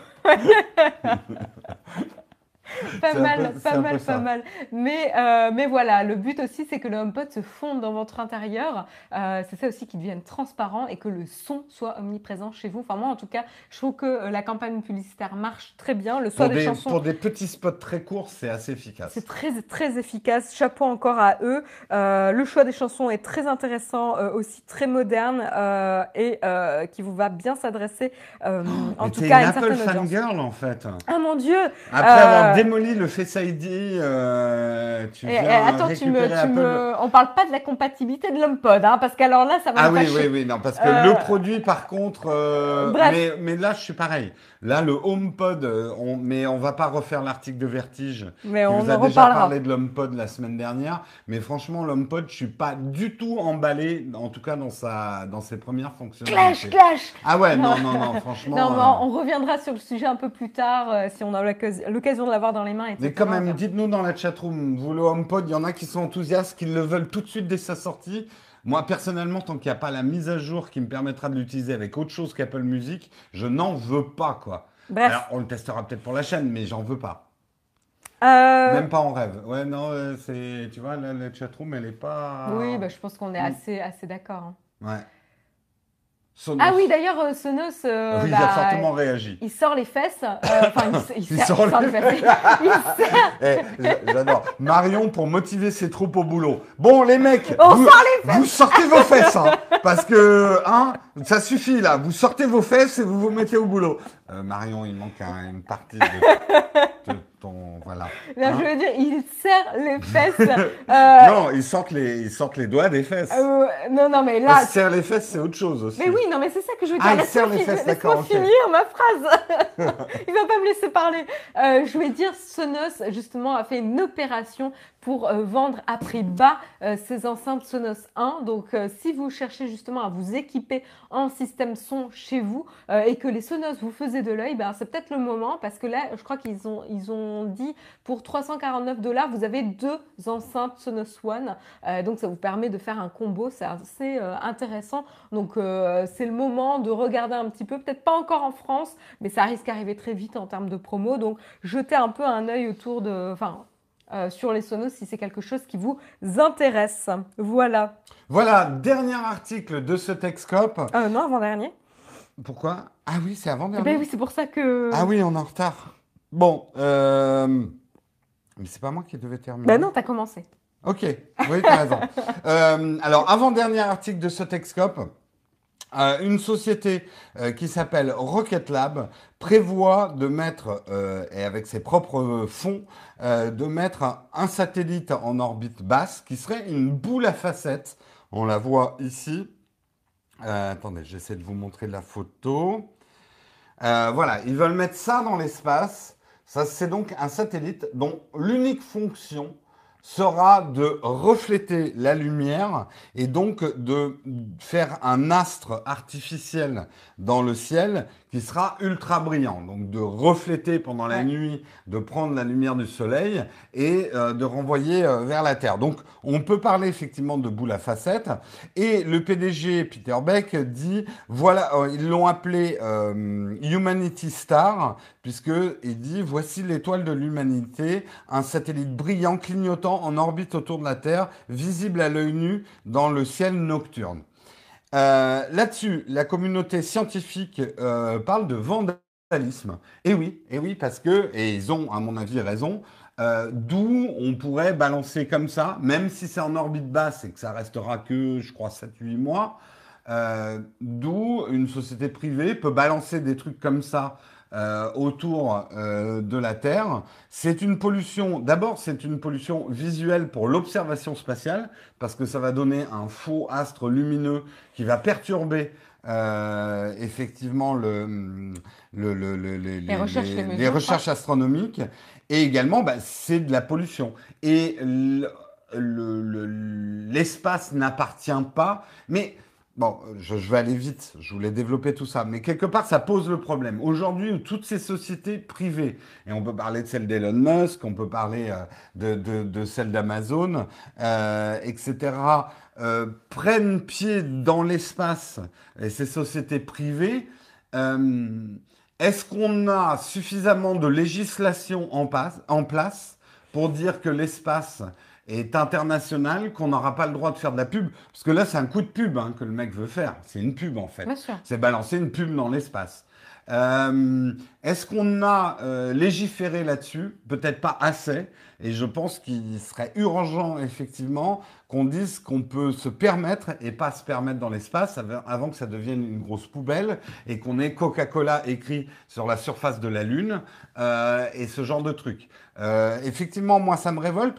S2: Pas
S1: C'est un
S2: mal,
S1: peu, c'est
S2: pas
S1: un
S2: mal,
S1: peu
S2: pas
S1: ça.
S2: mal. Mais, euh, mais voilà, le but aussi, c'est que le HomePod se fonde dans votre intérieur. Euh, c'est ça aussi qu'il devienne transparent et que le son soit omniprésent chez vous. Enfin, moi, en tout cas, je trouve que euh, la campagne publicitaire marche très bien. Le soir
S1: Pour
S2: des
S1: des,
S2: chansons,
S1: pour des petits spots très courts, c'est assez
S2: c'est
S1: efficace.
S2: très, très efficace. Chapeau encore à eux. Euh, le choix des chansons est très intéressant, euh, aussi très moderne euh, et euh, qui vous va bien s'adresser, euh, en
S1: Mais
S2: tout
S1: t'es
S2: cas,
S1: une
S2: à une
S1: Apple
S2: certaine audience.
S1: fangirl en fait.
S2: Ah mon Dieu!
S1: Après avoir
S2: Euh,
S1: démoli le Face I D, euh, tu
S2: Et, et,
S1: viens
S2: attends, tu me,
S1: récupérer
S2: tu
S1: Apple.
S2: me, on parle pas de la compatibilité de l'HomePod, hein, parce qu'alors là, ça va
S1: Ah
S2: me
S1: oui, oui,
S2: fâcher.
S1: oui, non, parce que
S2: Euh,
S1: le produit, par contre, euh,
S2: bref,
S1: mais, mais là, je suis pareil. Là, le HomePod, euh, on, mais on va pas refaire l'article de Vertige
S2: mais
S1: qui
S2: on
S1: vous
S2: en
S1: a déjà
S2: reparlera.
S1: parlé de l'HomePod la semaine dernière. Mais franchement, l'HomePod, je suis pas du tout emballé, en tout cas dans sa, dans ses premières
S2: Clash,
S1: fonctionnalités.
S2: clash!
S1: Ah ouais,
S2: Non,
S1: non, non, non,
S2: non,
S1: franchement.
S2: mais
S1: euh,
S2: on reviendra sur le sujet un peu plus tard, euh, si on a l'occas- l'occasion de l'avoir dans les mains,
S1: Mais quand
S2: et cetera. On
S1: même,
S2: verra.
S1: dites-nous dans la chatroom, vous le HomePod, il y en a qui sont enthousiastes, qui le veulent tout de suite dès sa sortie. Moi, personnellement, tant qu'il n'y a pas la mise à jour qui me permettra de l'utiliser avec autre chose qu'Apple Music, je n'en veux pas, quoi. Alors,
S2: Bref.
S1: on le testera peut-être pour la chaîne, mais j'en veux pas.
S2: Euh,
S1: Même pas en rêve. Ouais, non, euh, c'est, tu vois, la, la chatroom, elle est
S2: oui,
S1: pas.
S2: bah, je pense qu'on est
S1: Hmm.
S2: assez, assez d'accord, hein.
S1: Ouais.
S2: Ah oui,
S1: Sonos.
S2: d'ailleurs, euh, Sonos, euh,
S1: Oui, il a
S2: bah,
S1: fortement réagi.
S2: il sort les fesses. euh, Enfin, il, s- il
S1: Il
S2: serre- il
S1: sort
S2: sort les
S1: les-
S2: fesses. Il serre.
S1: Eh, j- j'adore. Marion pour motiver ses troupes au boulot. Bon, les mecs,
S2: On
S1: vous,
S2: sort les
S1: vous sortez vos fesses, hein, parce que, hein, ça suffit là. Vous sortez vos fesses et vous vous mettez au boulot. Euh, Marion, il manque un- une partie de, de ton, voilà.
S2: Non, je
S1: Hein.
S2: veux dire, il serre les fesses. Euh,
S1: Non, ils sortent les, ils sortent les doigts des fesses.
S2: euh, non, non, mais
S1: Euh,
S2: là.
S1: serrer les fesses, c'est autre chose aussi.
S2: Mais oui, non, mais c'est ça que je veux dire.
S1: Ah, il
S2: Laisse-moi
S1: serre les
S2: fi-
S1: fesses,
S2: laisse-moi
S1: d'accord, ok.
S2: finir ma phrase. Il va pas me laisser parler. Euh, je voulais dire, Sonos, justement, a fait une opération pour euh, vendre à prix bas euh, ses enceintes Sonos un. Donc, euh, si vous cherchez justement à vous équiper en système son chez vous euh, et que les Sonos vous faisaient de l'œil, ben, c'est peut-être le moment parce que là, je crois qu'ils ont, ils ont dit pour trois cent quarante-neuf dollars, vous avez deux enceintes Sonos One. Euh, donc, ça vous permet de faire un combo. C'est assez euh, intéressant. Donc, euh, c'est le moment de regarder un petit peu. Peut-être pas encore en France, mais ça risque d'arriver très vite en termes de promo. Donc, jetez un peu un œil autour de... Enfin, euh, sur les Sonos si c'est quelque chose qui vous intéresse. Voilà.
S1: Voilà, dernier article de ce Techscope.
S2: Euh, non, avant-dernier.
S1: Pourquoi? Ah oui, c'est
S2: Eh
S1: avant-dernier.
S2: ben oui, c'est pour ça que...
S1: Ah oui, on est en retard. Bon, euh... mais c'est pas moi qui devais terminer.
S2: Ben non, t'as commencé.
S1: Ok, oui, t'as raison. Euh, alors, avant-dernier article de ce Techscope, euh, une société euh, qui s'appelle Rocket Lab prévoit de mettre, euh, et avec ses propres fonds, euh, de mettre un, un satellite en orbite basse qui serait une boule à facettes. On la voit ici. Euh, attendez, j'essaie de vous montrer la photo. Euh, voilà, ils veulent mettre ça dans l'espace. Ça, c'est donc un satellite dont l'unique fonction sera de refléter la lumière et donc de faire un astre artificiel dans le ciel qui sera ultra brillant. Donc de refléter pendant la
S2: Ouais.
S1: nuit, de prendre la lumière du soleil et euh, de renvoyer euh, vers la Terre. Donc on peut parler effectivement de boule à facettes. Et le P D G Peter Beck dit, voilà, euh, ils l'ont appelé euh, Humanity Star, puisqu'il dit, voici l'étoile de l'humanité, un satellite brillant, clignotant en orbite autour de la Terre, visible à l'œil nu dans le ciel nocturne. Euh, là-dessus, la communauté scientifique euh, parle de vandalisme. Et oui, et oui, parce que, et ils ont, à mon avis, raison, euh, d'où on pourrait balancer comme ça, même si c'est en orbite basse et que ça restera que, je crois, sept huit mois, euh, d'où une société privée peut balancer des trucs comme ça euh, autour euh, de la Terre. C'est une pollution, d'abord c'est une pollution visuelle pour l'observation spatiale, parce que ça va donner un faux astre lumineux qui va perturber euh, effectivement le, le, le, le- les,
S2: Les recherches, les
S1: les-
S2: mesures,
S1: les recherches astronomiques, et également bah, c'est de la pollution. Et le- le- le- l'espace n'appartient pas, mais Bon, je, je vais aller vite, je voulais développer tout ça, mais quelque part, ça pose le problème. Aujourd'hui, où toutes ces sociétés privées, et on peut parler de celle d'Elon Musk, on peut parler euh, de, de, de celle d'Amazon, euh, et cetera, euh, prennent pied dans l'espace, et ces sociétés privées, euh, est-ce qu'on a suffisamment de législation en, passe- en place pour dire que l'espace est international, qu'on n'aura pas le droit de faire de la pub? Parce que là, c'est un coup de pub hein, que le mec veut faire. C'est une pub en
S2: Bien
S1: fait.
S2: sûr.
S1: C'est balancer une pub dans l'espace. Euh, Est-ce qu'on a euh, légiféré là-dessus? Peut-être pas assez. Et je pense qu'il serait urgent, effectivement, qu'on dise qu'on peut se permettre et pas se permettre dans l'espace av- avant que ça devienne une grosse poubelle et qu'on ait Coca-Cola écrit sur la surface de la Lune euh, et ce genre de trucs. Euh, effectivement, moi, ça me révolte.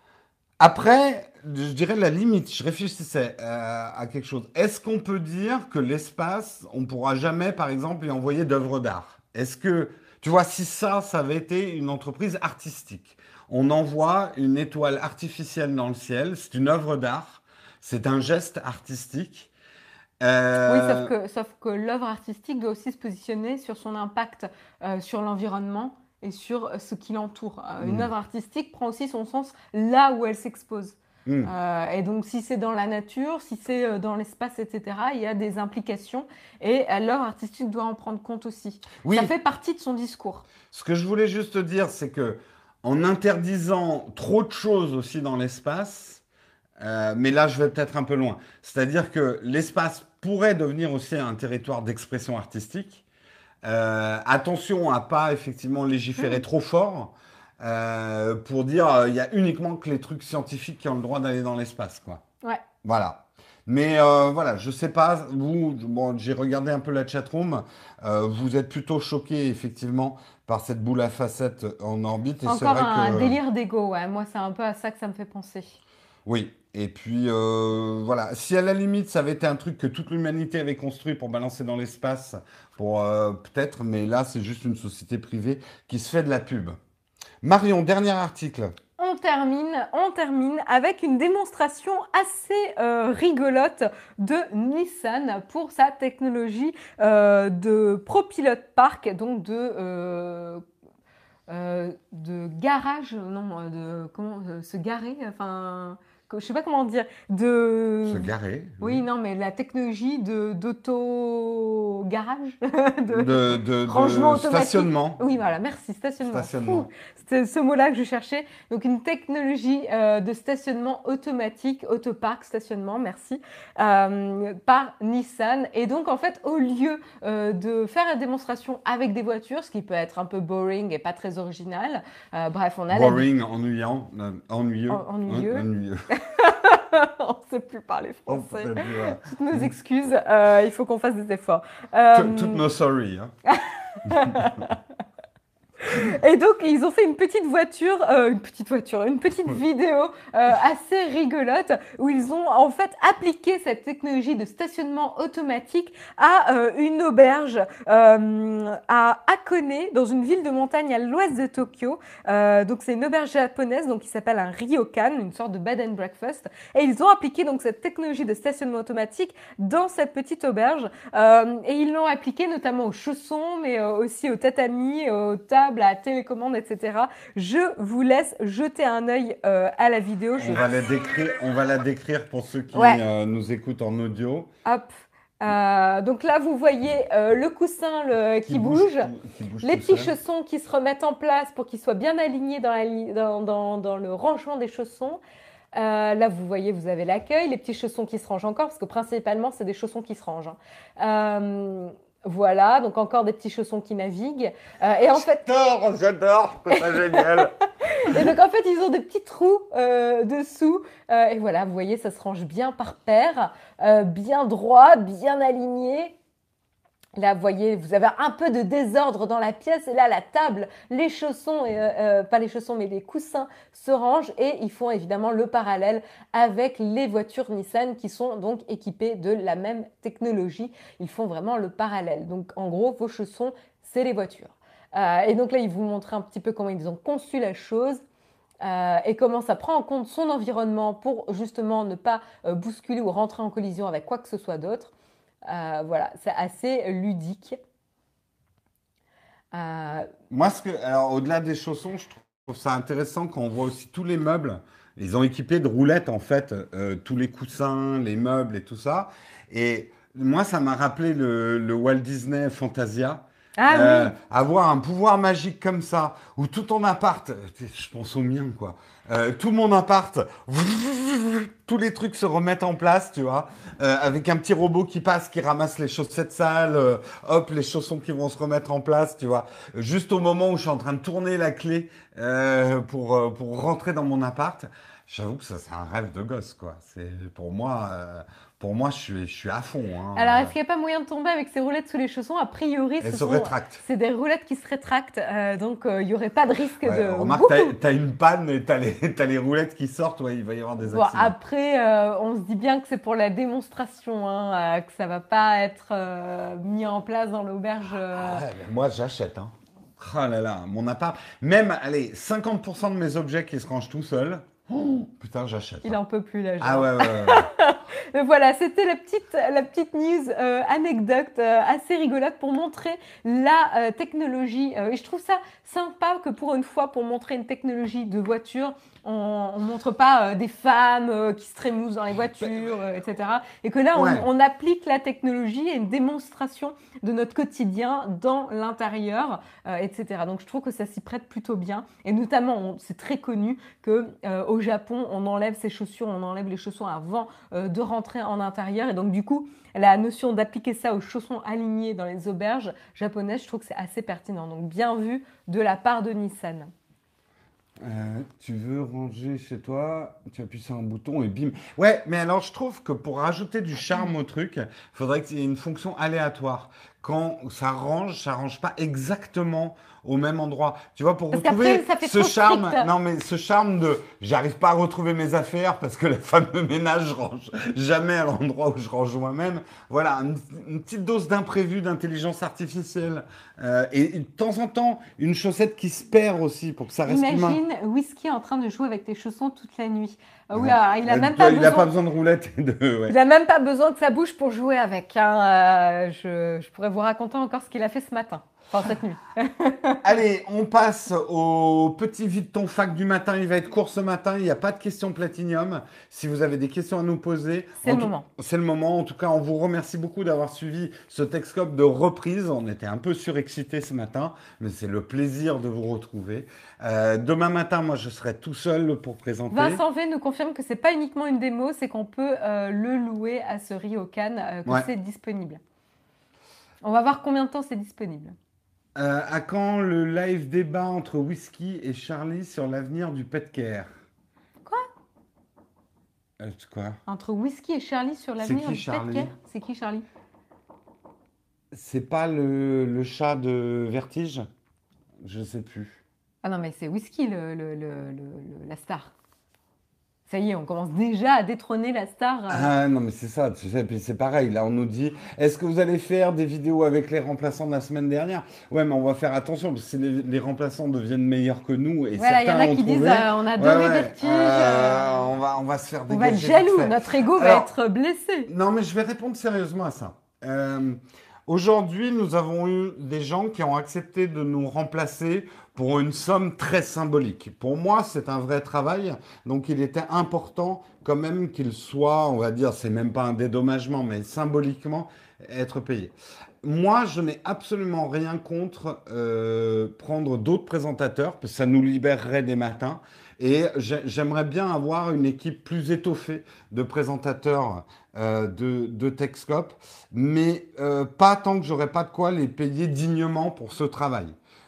S1: Après, je dirais la limite, je réfléchissais euh, à quelque chose. Est-ce qu'on peut dire que l'espace, on ne pourra jamais, par exemple, y envoyer d'œuvres d'art? Est-ce que, tu vois, si ça, ça avait été une entreprise artistique, on envoie une étoile artificielle dans le ciel, c'est une œuvre d'art, c'est un geste artistique.
S2: Oui, sauf
S1: Euh,
S2: que, sauf que l'œuvre artistique doit aussi se positionner sur son impact euh, sur l'environnement et sur euh, ce qui l'entoure. Euh, une
S1: hmm,
S2: œuvre artistique prend aussi son sens là où elle s'expose.
S1: hmm.
S2: Euh, et donc, si c'est dans la nature, si c'est euh, dans l'espace, et cetera, il y a des implications et euh, l'œuvre artistique doit en prendre compte aussi. Ça
S1: Oui,
S2: fait partie de son discours.
S1: ce que je voulais juste dire, c'est que en interdisant trop de choses aussi dans l'espace, Euh, mais là, je vais peut-être un peu loin. C'est-à-dire que l'espace pourrait devenir aussi un territoire d'expression artistique. Euh, attention à pas effectivement légiférer
S2: Hmm,
S1: trop fort euh, pour dire euh, il y a uniquement que les trucs scientifiques qui ont le droit d'aller dans l'espace, quoi.
S2: ouais.
S1: Voilà. Mais euh, voilà, je sais pas, vous, bon, j'ai regardé un peu la chatroom, euh, vous êtes plutôt choqué effectivement par cette boule à facettes en orbite et c'est
S2: Encore
S1: vrai
S2: un
S1: que
S2: délire d'ego, ouais. Moi, c'est un peu à ça que ça me fait penser.
S1: oui, et puis euh, voilà, si à la limite ça avait été un truc que toute l'humanité avait construit pour balancer dans l'espace, pour euh, peut-être, mais là c'est juste une société privée qui se fait de la pub. Marion, dernier article.
S2: On termine, on termine avec une démonstration assez euh, rigolote de Nissan pour sa technologie euh, de ProPilot Park, donc de, euh, euh, de garage, non, de comment euh, se garer, enfin, que- je sais pas comment dire,
S1: Se
S2: de,
S1: garer,
S2: oui,
S1: oui.
S2: non, mais la technologie de d'auto-garage, de
S1: De, de,
S2: rangement
S1: de
S2: automatique.
S1: stationnement.
S2: Oui, voilà, merci, stationnement. Fou,
S1: Stationnement.
S2: c'était ce mot-là que je cherchais. Donc, une technologie euh, de stationnement automatique, autopark, stationnement, merci, euh, par Nissan. Et donc, en fait, au lieu euh, de faire la démonstration avec des voitures, ce qui peut être un peu boring et pas très original, euh, bref, on a l'habitude.
S1: Boring, ennuyant, euh, ennuyeux, en-
S2: Ennuyeux.
S1: ennuyeux.
S2: On ne sait plus parler
S1: On peut
S2: français.
S1: pas dire.
S2: Toutes nos excuses, euh, il faut qu'on fasse des efforts.
S1: Tout- Toutes
S2: Euh,
S1: nos sorry. Hein.
S2: Et donc, ils ont fait une petite voiture, euh, une petite voiture, une petite vidéo euh, assez rigolote où ils ont en fait appliqué cette technologie de stationnement automatique à euh, une auberge euh, à Hakone, dans une ville de montagne à l'ouest de Tokyo. Euh, donc, c'est une auberge japonaise donc qui s'appelle un ryokan, une sorte de bed and breakfast. Et ils ont appliqué donc cette technologie de stationnement automatique dans cette petite auberge. Euh, et ils l'ont appliqué notamment aux chaussons, mais euh, aussi aux tatamis, aux tables, à la télécommande, et cetera. Je vous laisse jeter un œil euh, à la vidéo. Je...
S1: On va la décrire, on va la décrire pour ceux qui
S2: Ouais,
S1: euh, nous écoutent en audio.
S2: hop. Euh, donc là, vous voyez euh, le coussin le,
S1: Qui
S2: qui
S1: bouge,
S2: bouge,
S1: tout- qui bouge
S2: les
S1: tout
S2: petits
S1: seul.
S2: chaussons qui se remettent en place pour qu'ils soient bien alignés dans, la li- dans, dans, dans le rangement des chaussons. Euh, là, vous voyez, vous avez l'accueil, les petits chaussons qui se rangent encore, parce que principalement, c'est des chaussons qui se rangent. Hein. Euh, voilà, donc encore des petits chaussons qui naviguent. Euh, et en fait,
S1: J'adore, j'adore, je trouve ça génial.
S2: et donc en fait, ils ont des petits trous euh, dessous. Euh, et voilà, vous voyez, ça se range bien par paire, euh, bien droit, bien aligné. Là, vous voyez, vous avez un peu de désordre dans la pièce. Et là, la table, les chaussons, euh, euh, pas les chaussons, mais les coussins se rangent. Et ils font évidemment le parallèle avec les voitures Nissan qui sont donc équipées de la même technologie. Ils font vraiment le parallèle. Donc, en gros, vos chaussons, c'est les voitures. Euh, et donc là, ils vous montrent un petit peu comment ils ont conçu la chose. euh, et comment ça prend en compte son environnement pour justement ne pas euh, bousculer ou rentrer en collision avec quoi que ce soit d'autre. Euh, voilà, c'est assez ludique. Euh,
S1: Moi, ce que, alors, au-delà des chaussons, je trouve ça intéressant quand on voit aussi tous les meubles. Ils ont équipé de roulettes, en fait, euh, tous les coussins, les meubles et tout ça. Et moi, ça m'a rappelé le, le Walt Disney Fantasia.
S2: Ah
S1: Euh,
S2: oui,
S1: avoir un pouvoir magique comme ça, où tout ton appart, je pense au mien, quoi. Euh, tout mon appart, tous les trucs se remettent en place, tu vois, euh, avec un petit robot qui passe, qui ramasse les chaussettes sales, euh, hop, les chaussons qui vont se remettre en place, tu vois. Juste au moment où je suis en train de tourner la clé euh, pour, euh, pour rentrer dans mon appart, j'avoue que ça, c'est un rêve de gosse, quoi. C'est pour moi, euh, pour moi, je suis, je suis à fond,
S2: alors,
S1: hein.
S2: est-ce qu'il n'y a pas moyen de tomber avec ces roulettes sous les chaussons? A priori,
S1: Elle
S2: ce
S1: se
S2: sont,
S1: rétracte.
S2: c'est des roulettes qui se rétractent, euh, donc euh, il n'y aurait pas de risque
S1: Ouais,
S2: de...
S1: remarque, t'as,
S2: Wouhou.
S1: t'as une panne et t'as les, t'as les roulettes qui sortent, ouais, il va y avoir des
S2: Bon,
S1: accidents.
S2: après, euh, on se dit bien que c'est pour la démonstration, hein, euh, que ça va pas être euh, mis en place dans l'auberge.
S1: Ah
S2: euh.
S1: ouais, mais moi j'achète, hein. Ah là là, mon appart, même, allez, cinquante pour cent de mes objets qui se rangent tout seuls, oh, putain, j'achète,
S2: Il
S1: hein.
S2: en peut plus, là,
S1: Ah
S2: genre.
S1: ouais, ouais, ouais, ouais.
S2: Mais voilà, c'était la petite, la petite news euh, anecdote euh, assez rigolote pour montrer la euh, technologie. Euh, et je trouve ça sympa que pour une fois, pour montrer une technologie de voiture, on ne montre pas euh, des femmes euh, qui se trémoussent dans les voitures, euh, et cetera. Et que là, on,
S1: Ouais.
S2: on applique la technologie et une démonstration de notre quotidien dans l'intérieur, euh, et cetera. Donc je trouve que ça s'y prête plutôt bien. Et notamment, on- c'est très connu que euh, au Japon, on enlève ses chaussures, on enlève les chaussons avant euh, de rentrer en intérieur. Et donc, du coup, la notion d'appliquer ça aux chaussons alignés dans les auberges japonaises, je trouve que c'est assez pertinent. Donc, bien vu de la part de Nissan.
S1: Euh, tu veux ranger chez toi, tu appuies sur un bouton et bim. Ouais, mais alors je trouve que pour rajouter du charme au truc, il faudrait qu'il y ait une fonction aléatoire. Quand ça range, ça range pas exactement au même endroit. Tu vois, pour
S2: Parce qu'après,
S1: retrouver
S2: ça fait
S1: ce
S2: trop
S1: charme,
S2: strict.
S1: non mais ce charme de j'arrive pas à retrouver mes affaires parce que la femme de ménage range jamais à l'endroit où je range moi-même. Voilà, une, une petite dose d'imprévu, d'intelligence artificielle. Euh, et, et de temps en temps, une chaussette qui se perd aussi pour que ça reste humain.
S2: Imagine Whisky en train de jouer avec tes chaussons toute la nuit. Ah oui,
S1: Ouais.
S2: alors, il a
S1: Euh,
S2: même
S1: tu vois,
S2: pas
S1: il n'a pas
S2: besoin.
S1: besoin de roulette et de.
S2: Il
S1: Ouais.
S2: a même pas besoin que ça bouge pour jouer avec, hein. Euh, je, je pourrais vous raconter encore ce qu'il a fait ce matin. Enfin, cette nuit.
S1: Allez, on passe au petit vide ton fac du matin. Il va être court ce matin. Il n'y a pas de questions platinium. Si vous avez des questions à nous poser,
S2: C'est
S1: en
S2: le
S1: tout-
S2: moment.
S1: c'est le moment. En tout cas, on vous remercie beaucoup d'avoir suivi ce Texcope de reprise. On était un peu surexcités ce matin, mais c'est le plaisir de vous retrouver. Euh, demain matin, moi, je serai tout seul pour présenter.
S2: Vincent V nous confirme que c'est pas uniquement une démo, c'est qu'on peut euh, le louer à ce Ryokan, euh, que
S1: Ouais.
S2: c'est disponible. On va voir combien de temps c'est disponible.
S1: Euh, à quand le live débat entre Whisky et Charlie sur l'avenir du pet care?
S2: Quoi?
S1: Euh, quoi?
S2: Entre Whisky et Charlie sur
S1: C'est
S2: l'avenir
S1: qui
S2: du pet
S1: Charlie?
S2: care? C'est qui Charlie?
S1: C'est pas le, le chat de Vertige? Je sais plus.
S2: Ah non, mais c'est Whisky le, le- le- le- le- la star. Ça y est, on commence déjà à détrôner la star. euh.
S1: Ah non, mais c'est ça, tu sais, puis c'est pareil. Là, on nous dit, est-ce que vous allez faire des vidéos avec les remplaçants de la semaine dernière? Ouais, mais on va faire attention, parce que si les, les remplaçants deviennent meilleurs que nous, et
S2: Voilà, il y en
S1: certains
S2: a
S1: ont
S2: qui disent
S1: trouvé,
S2: euh, on a
S1: ouais,
S2: adoré
S1: ouais,
S2: Vertige.
S1: euh,
S2: euh,
S1: on va, on va se faire
S2: on va être
S1: dégager vite
S2: jaloux,
S1: fait.
S2: notre ego va
S1: Alors,
S2: être blessé.
S1: non, mais je vais répondre sérieusement à ça. Euh, aujourd'hui, nous avons eu des gens qui ont accepté de nous remplacer pour une somme très symbolique. Pour moi, c'est un vrai travail, donc il était important quand même qu'il soit, on va dire, c'est même pas un dédommagement, mais symboliquement, être payé. Moi, je n'ai absolument rien contre euh, prendre d'autres présentateurs, parce que ça nous libérerait des matins. Et j'ai- j'aimerais bien avoir une équipe plus étoffée de présentateurs euh, de, de Texcope, mais euh, pas tant que j'aurais pas de quoi les payer dignement pour ce travail.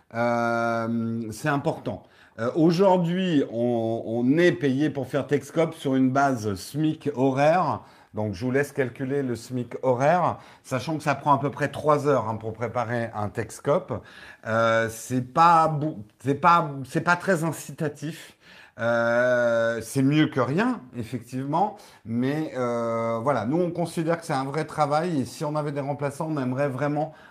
S1: Euh, c'est important. Euh, aujourd'hui, on, on est payé pour faire Texcope sur une base SMIC horaire. Donc, je vous laisse calculer le SMIC horaire, sachant que ça prend à peu près trois heures hein, pour préparer un Texcope. Euh, c'est pas, bou- c'est pas, c'est pas très incitatif. Euh, c'est mieux que rien, effectivement, mais euh, voilà, nous on considère que c'est un vrai travail et si on avait des remplaçants, on aimerait vraiment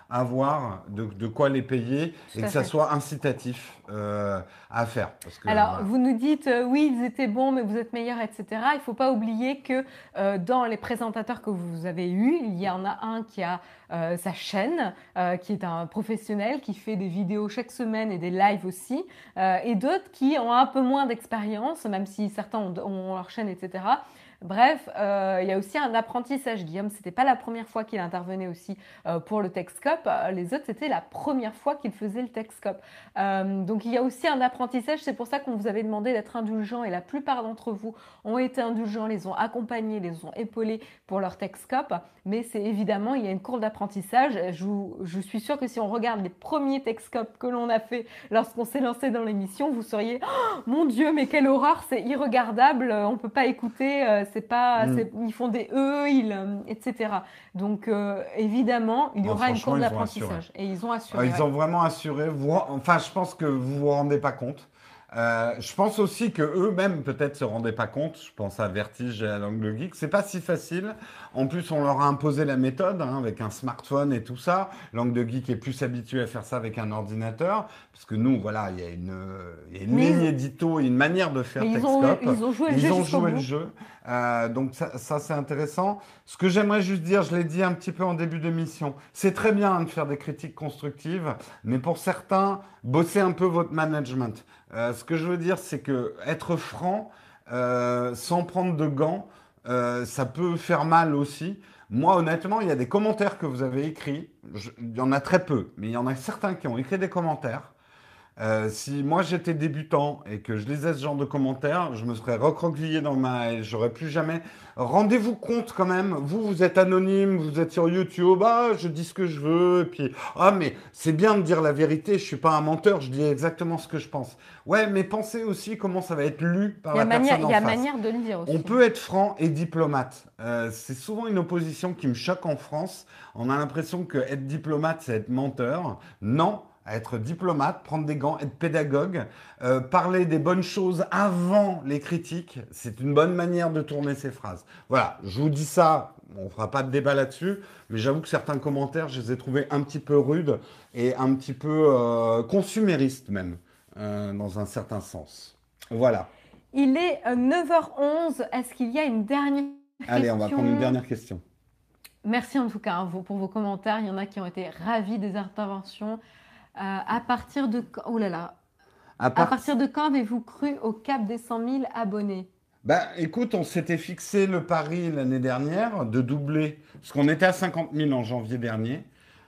S1: avoir de, de quoi les payer
S2: Tout
S1: et que
S2: à
S1: ça
S2: fait.
S1: soit incitatif euh, à faire. Parce que,
S2: Alors,
S1: voilà.
S2: vous nous dites, euh, oui, ils étaient bons, mais vous êtes meilleurs, et cetera. Il ne faut pas oublier que euh, dans les présentateurs que vous avez eus, il y en a un qui a euh, sa chaîne, euh, qui est un professionnel, qui fait des vidéos chaque semaine et des lives aussi, euh, et d'autres qui ont un peu moins d'expérience, même si certains ont, ont leur chaîne, et cetera. Bref, euh, il y a aussi un apprentissage. Guillaume, c'était pas la première fois qu'il intervenait aussi euh, pour le Texcope. Euh, Les autres, c'était la première fois qu'il faisait le Texcope. Euh, donc il y a aussi un apprentissage, c'est pour ça qu'on vous avait demandé d'être indulgent et la plupart d'entre vous ont été indulgents, les ont accompagnés, les ont épaulés pour leur Texcope, mais c'est évidemment, il y a une courbe d'apprentissage. Je, vous- je suis sûre que si on regarde les premiers Texcopes que l'on a fait lorsqu'on s'est lancé dans l'émission, vous seriez oh, mon Dieu, mais quelle horreur, c'est irregardable, on peut pas écouter, euh, c'est pas,
S1: Mm.
S2: c'est- ils font des E, ils, euh, et cetera. Donc euh, évidemment, il y
S1: Non,
S2: aura une
S1: franchement,
S2: courbe
S1: ils ont assuré.
S2: d'apprentissage et ils ont
S1: Euh,
S2: assuré.
S1: Ils
S2: Ouais.
S1: ont vraiment assuré. Vous, enfin, je pense que vous vous rendez pas compte. Euh, je pense aussi que eux-mêmes peut-être se rendaient pas compte. Je pense à Vertige et à l'Angle Geek. C'est pas si facile. En plus, on leur a imposé la méthode hein, avec un smartphone et tout ça. L'Angle Geek est plus habitué à faire ça avec un ordinateur, parce que nous, voilà, il y a une, euh, il y a une
S2: Mais
S1: ligne
S2: ils,
S1: édito et une manière de faire
S2: Mais ils ont,
S1: Texcope.
S2: ils ont joué le jeu
S1: Ils ont
S2: jusqu'au
S1: joué le
S2: bout.
S1: jeu. Euh, donc ça, ça, c'est intéressant. Ce que j'aimerais juste dire, je l'ai dit un petit peu en début d'émission, c'est très bien hein, de faire des critiques constructives, mais pour certains, bossez un peu votre management. Euh, ce que je veux dire, c'est que être franc, euh, sans prendre de gants, euh, ça peut faire mal aussi. Moi, honnêtement, il y a des commentaires que vous avez écrits. Je- il y en a très peu, mais il y en a certains qui ont écrit des commentaires. Euh, si moi j'étais débutant et que je lisais ce genre de commentaires, je me serais recroquevillé dans ma... et j'aurais plus jamais... Rendez-vous compte quand même, vous, vous êtes anonyme, vous êtes sur YouTube, ah, je dis ce que je veux, et puis, ah, mais c'est bien de dire la vérité, je suis pas un menteur, je dis exactement ce que je pense. Ouais, mais pensez aussi comment ça va être lu par
S2: Il y a
S1: la
S2: manière,
S1: personne
S2: il
S1: en
S2: y a
S1: face.
S2: manière de le dire
S1: On
S2: aussi.
S1: peut être franc et diplomate. Euh, c'est souvent une opposition qui me choque en France. On a l'impression que être diplomate, c'est être menteur. Non, être diplomate, prendre des gants, être pédagogue, euh, parler des bonnes choses avant les critiques, c'est une bonne manière de tourner ses phrases. Voilà, je vous dis ça, on fera pas de débat là-dessus, mais j'avoue que certains commentaires, je les ai trouvés un petit peu rudes et un petit peu euh, consuméristes même, euh, dans un certain sens. Voilà.
S2: Il est euh, neuf heures onze. Est-ce qu'il y a une dernière
S1: Allez, on va prendre une
S2: question?
S1: dernière question.
S2: Merci en tout cas hein, vous- pour vos commentaires. Il y en a qui ont été ravis des interventions. Euh, à partir de quand... Oh là là.
S1: À
S2: À
S1: part...
S2: partir de quand avez-vous cru au cap des cent mille abonnés?
S1: Bah, écoute, on s'était fixé le pari l'année dernière de doubler, parce qu'on était à cinquante mille en janvier dernier,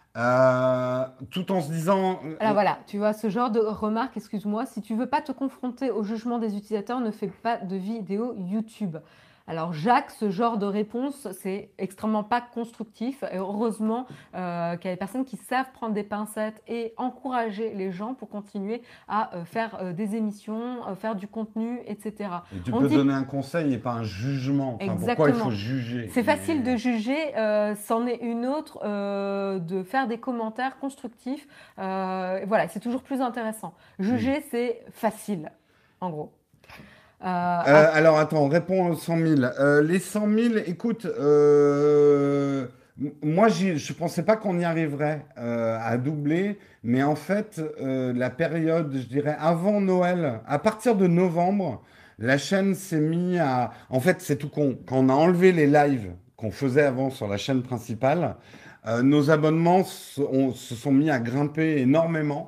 S1: euh, tout en se disant,
S2: Alors
S1: euh,
S2: voilà, tu vois, ce genre de remarque, excuse-moi, si tu veux pas te confronter au jugement des utilisateurs, ne fais pas de vidéo YouTube. Alors Jacques, ce genre de réponse, c'est extrêmement pas constructif. Et heureusement euh, qu'il y a des personnes qui savent prendre des pincettes et encourager les gens pour continuer à euh, faire euh, des émissions, euh, faire du contenu, et cetera.
S1: et tu
S2: On
S1: peux
S2: dit
S1: donner un conseil et pas un jugement. Enfin, pourquoi il faut
S2: exactement.
S1: juger?
S2: C'est facile de
S1: Mais-
S2: juger, euh, c'en est une autre euh, de faire des commentaires constructifs. Euh, voilà, c'est toujours plus intéressant.
S1: Hmm.
S2: Juger, c'est facile, en gros. Euh,
S1: Euh,
S2: ap-
S1: alors attends, on répond aux cent mille. Euh, les cent mille, écoute, euh, m- moi j'y- je ne pensais pas qu'on y arriverait euh, à doubler, mais en fait, euh, la période, je dirais, avant Noël, à partir de novembre, la chaîne s'est mise à... En fait, c'est tout con. Quand on a enlevé les lives qu'on faisait avant sur la chaîne principale, euh, nos abonnements se, ont- se sont mis à grimper énormément.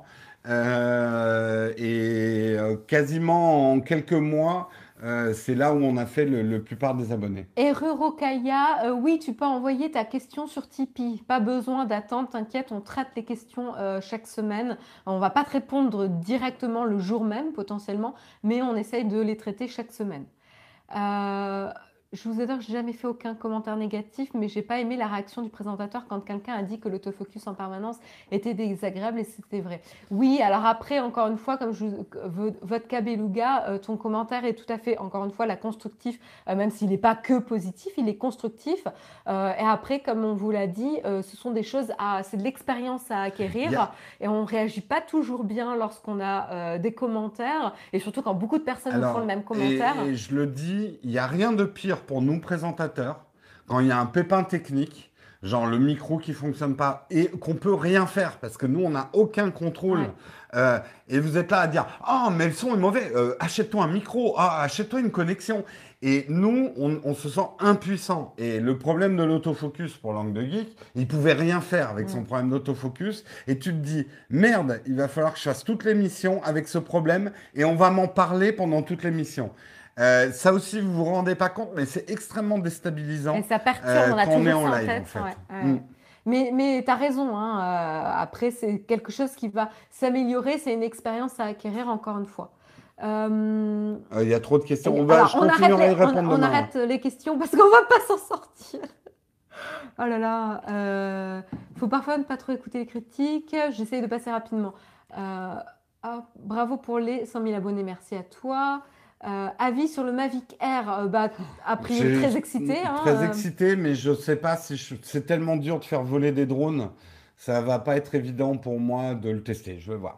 S1: Euh, et euh, quasiment en quelques mois, euh, c'est là où on a fait le, le plupart des abonnés.
S2: Ererokaya, euh, oui, tu peux envoyer ta question sur Tipeee. Pas besoin d'attendre, t'inquiète, on traite les questions euh, chaque semaine. On va pas te répondre directement le jour même, potentiellement, mais on essaye de les traiter chaque semaine. Euh, je vous adore, j'ai jamais fait aucun commentaire négatif, mais j'ai pas aimé la réaction du présentateur quand quelqu'un a dit que l'autofocus en permanence était désagréable et c'était vrai. Oui, alors après, encore une fois, comme je, votre Beluga, euh, ton commentaire est tout à fait, encore une fois, la constructif, euh, même s'il n'est pas que positif, il est constructif. Euh, et après, comme on vous l'a dit, euh, ce sont des choses à, c'est de l'expérience à
S1: Il y
S2: acquérir
S1: a-
S2: et on réagit pas toujours bien lorsqu'on a euh, des commentaires et surtout quand beaucoup de personnes nous font le
S1: alors,
S2: même
S1: et,
S2: commentaire.
S1: et je le dis, il n'y a rien de pire pour nous présentateurs quand il y a un pépin technique. genre le micro qui fonctionne pas et qu'on peut rien faire parce que nous on n'a aucun contrôle.
S2: Ouais.
S1: Euh, et vous êtes là à dire ah mais le son est mauvais, euh, achète-toi un micro, ah, achète-toi une connexion. Et nous on, on se sent impuissant. Et le problème de l'autofocus pour Langue de Geek, il pouvait rien faire avec son
S2: Mm.
S1: problème d'autofocus. Et tu te dis merde, il va falloir que je fasse toute l'émission avec ce problème et on va m'en parler pendant toute l'émission. Euh, ça aussi, vous vous rendez pas compte, mais c'est extrêmement
S2: Et
S1: déstabilisant
S2: ça perturbe,
S1: euh,
S2: on a
S1: quand on est
S2: toujours
S1: en
S2: ça en
S1: live, en
S2: tête.
S1: fait.
S2: Ouais, ouais.
S1: Mm.
S2: Mais, mais tu as raison, hein, euh, après, c'est quelque chose qui va s'améliorer, c'est une expérience à acquérir encore une fois. Euh,
S1: Euh, Il y a trop de questions.
S2: et-
S1: On va,
S2: alors,
S1: je
S2: on arrête,
S1: continuerai à
S2: les,
S1: y
S2: on,
S1: répondre
S2: on
S1: demain.
S2: arrête les questions parce qu'on va pas s'en sortir. Oh là là, euh, faut parfois ne pas trop écouter les critiques. J'essaye de passer rapidement. Euh, ah, bravo pour les cent mille abonnés, merci à toi. Euh, avis sur le Mavic Air, euh, bah, a priori
S1: J'ai-
S2: très excité. Hein,
S1: Très
S2: euh.
S1: excité, mais je sais pas si je- c'est tellement dur de faire voler des drones. Ça va pas être évident pour moi de le tester. Je vais voir.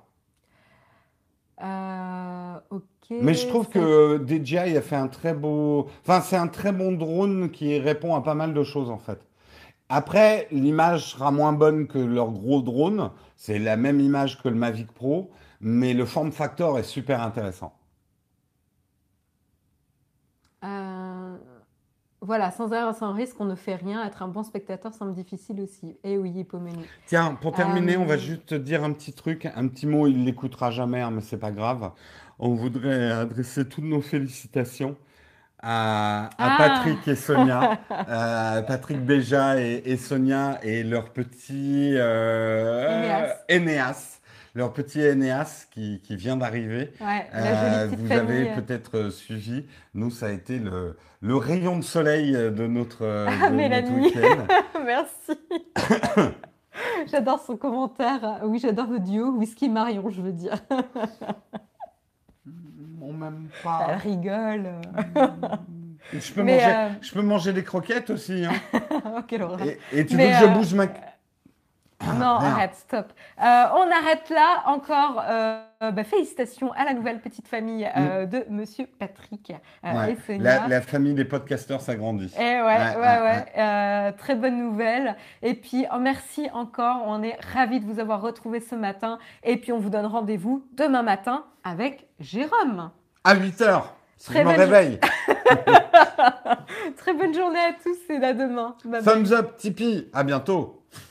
S2: Euh, ok,
S1: Mais je trouve
S2: ça-
S1: que D J I a fait un très beau. Enfin, c'est un très bon drone qui répond à pas mal de choses en fait. Après, l'image sera moins bonne que leur gros drone. C'est la même image que le Mavic Pro, mais le form factor est super intéressant.
S2: euh, voilà, sans erreur, sans risque, on ne fait rien. Être un bon spectateur semble difficile aussi. Eh oui, Hippoménie.
S1: Tiens, pour terminer, on va
S2: Euh,
S1: juste te dire un petit truc, un petit mot, il l'écoutera jamais, hein, mais c'est pas grave. On voudrait adresser toutes nos félicitations à, à
S2: Ah!
S1: Patrick et Sonia, euh, Patrick Béja et, et Sonia et leur petit euh,
S2: Enéas.
S1: Enéas, leur petit Enéas qui, qui vient d'arriver.
S2: Ouais, la jolie
S1: Euh,
S2: petite
S1: vous avez
S2: famille.
S1: peut-être euh, suivi. Nous, ça a été le, le rayon de soleil euh, de notre, euh,
S2: Ah,
S1: de notre
S2: Mélanie,
S1: week-end.
S2: merci. J'adore son commentaire. Oui, j'adore le duo Whisky Marion, je veux dire.
S1: On m'aime
S2: Elle
S1: pas.
S2: rigole.
S1: Je peux
S2: Mais,
S1: manger,
S2: euh,
S1: je peux manger des croquettes aussi, hein.
S2: oh, quelle horreur.
S1: Et, et tu
S2: Mais,
S1: veux que je
S2: euh,
S1: bouge ma...
S2: Non,
S1: Merde.
S2: arrête, stop. Euh, on arrête là. Encore, euh, bah, félicitations à la nouvelle petite famille euh, de Monsieur Patrick euh,
S1: Ouais.
S2: et Sonia.
S1: La, la famille des podcasteurs s'agrandit.
S2: Et ouais,
S1: Ouais,
S2: ouais,
S1: ouais,
S2: ouais. Euh, très bonne nouvelle. Et puis, oh, merci encore. On est ravis de vous avoir retrouvés ce matin. Et puis, on vous donne rendez-vous demain matin avec Jérôme.
S1: À huit heures, si
S2: Très
S1: je me
S2: bonne
S1: réveille.
S2: Très bonne journée à tous et à demain. Bye bye.
S1: Thumbs up, Tipeee. À bientôt.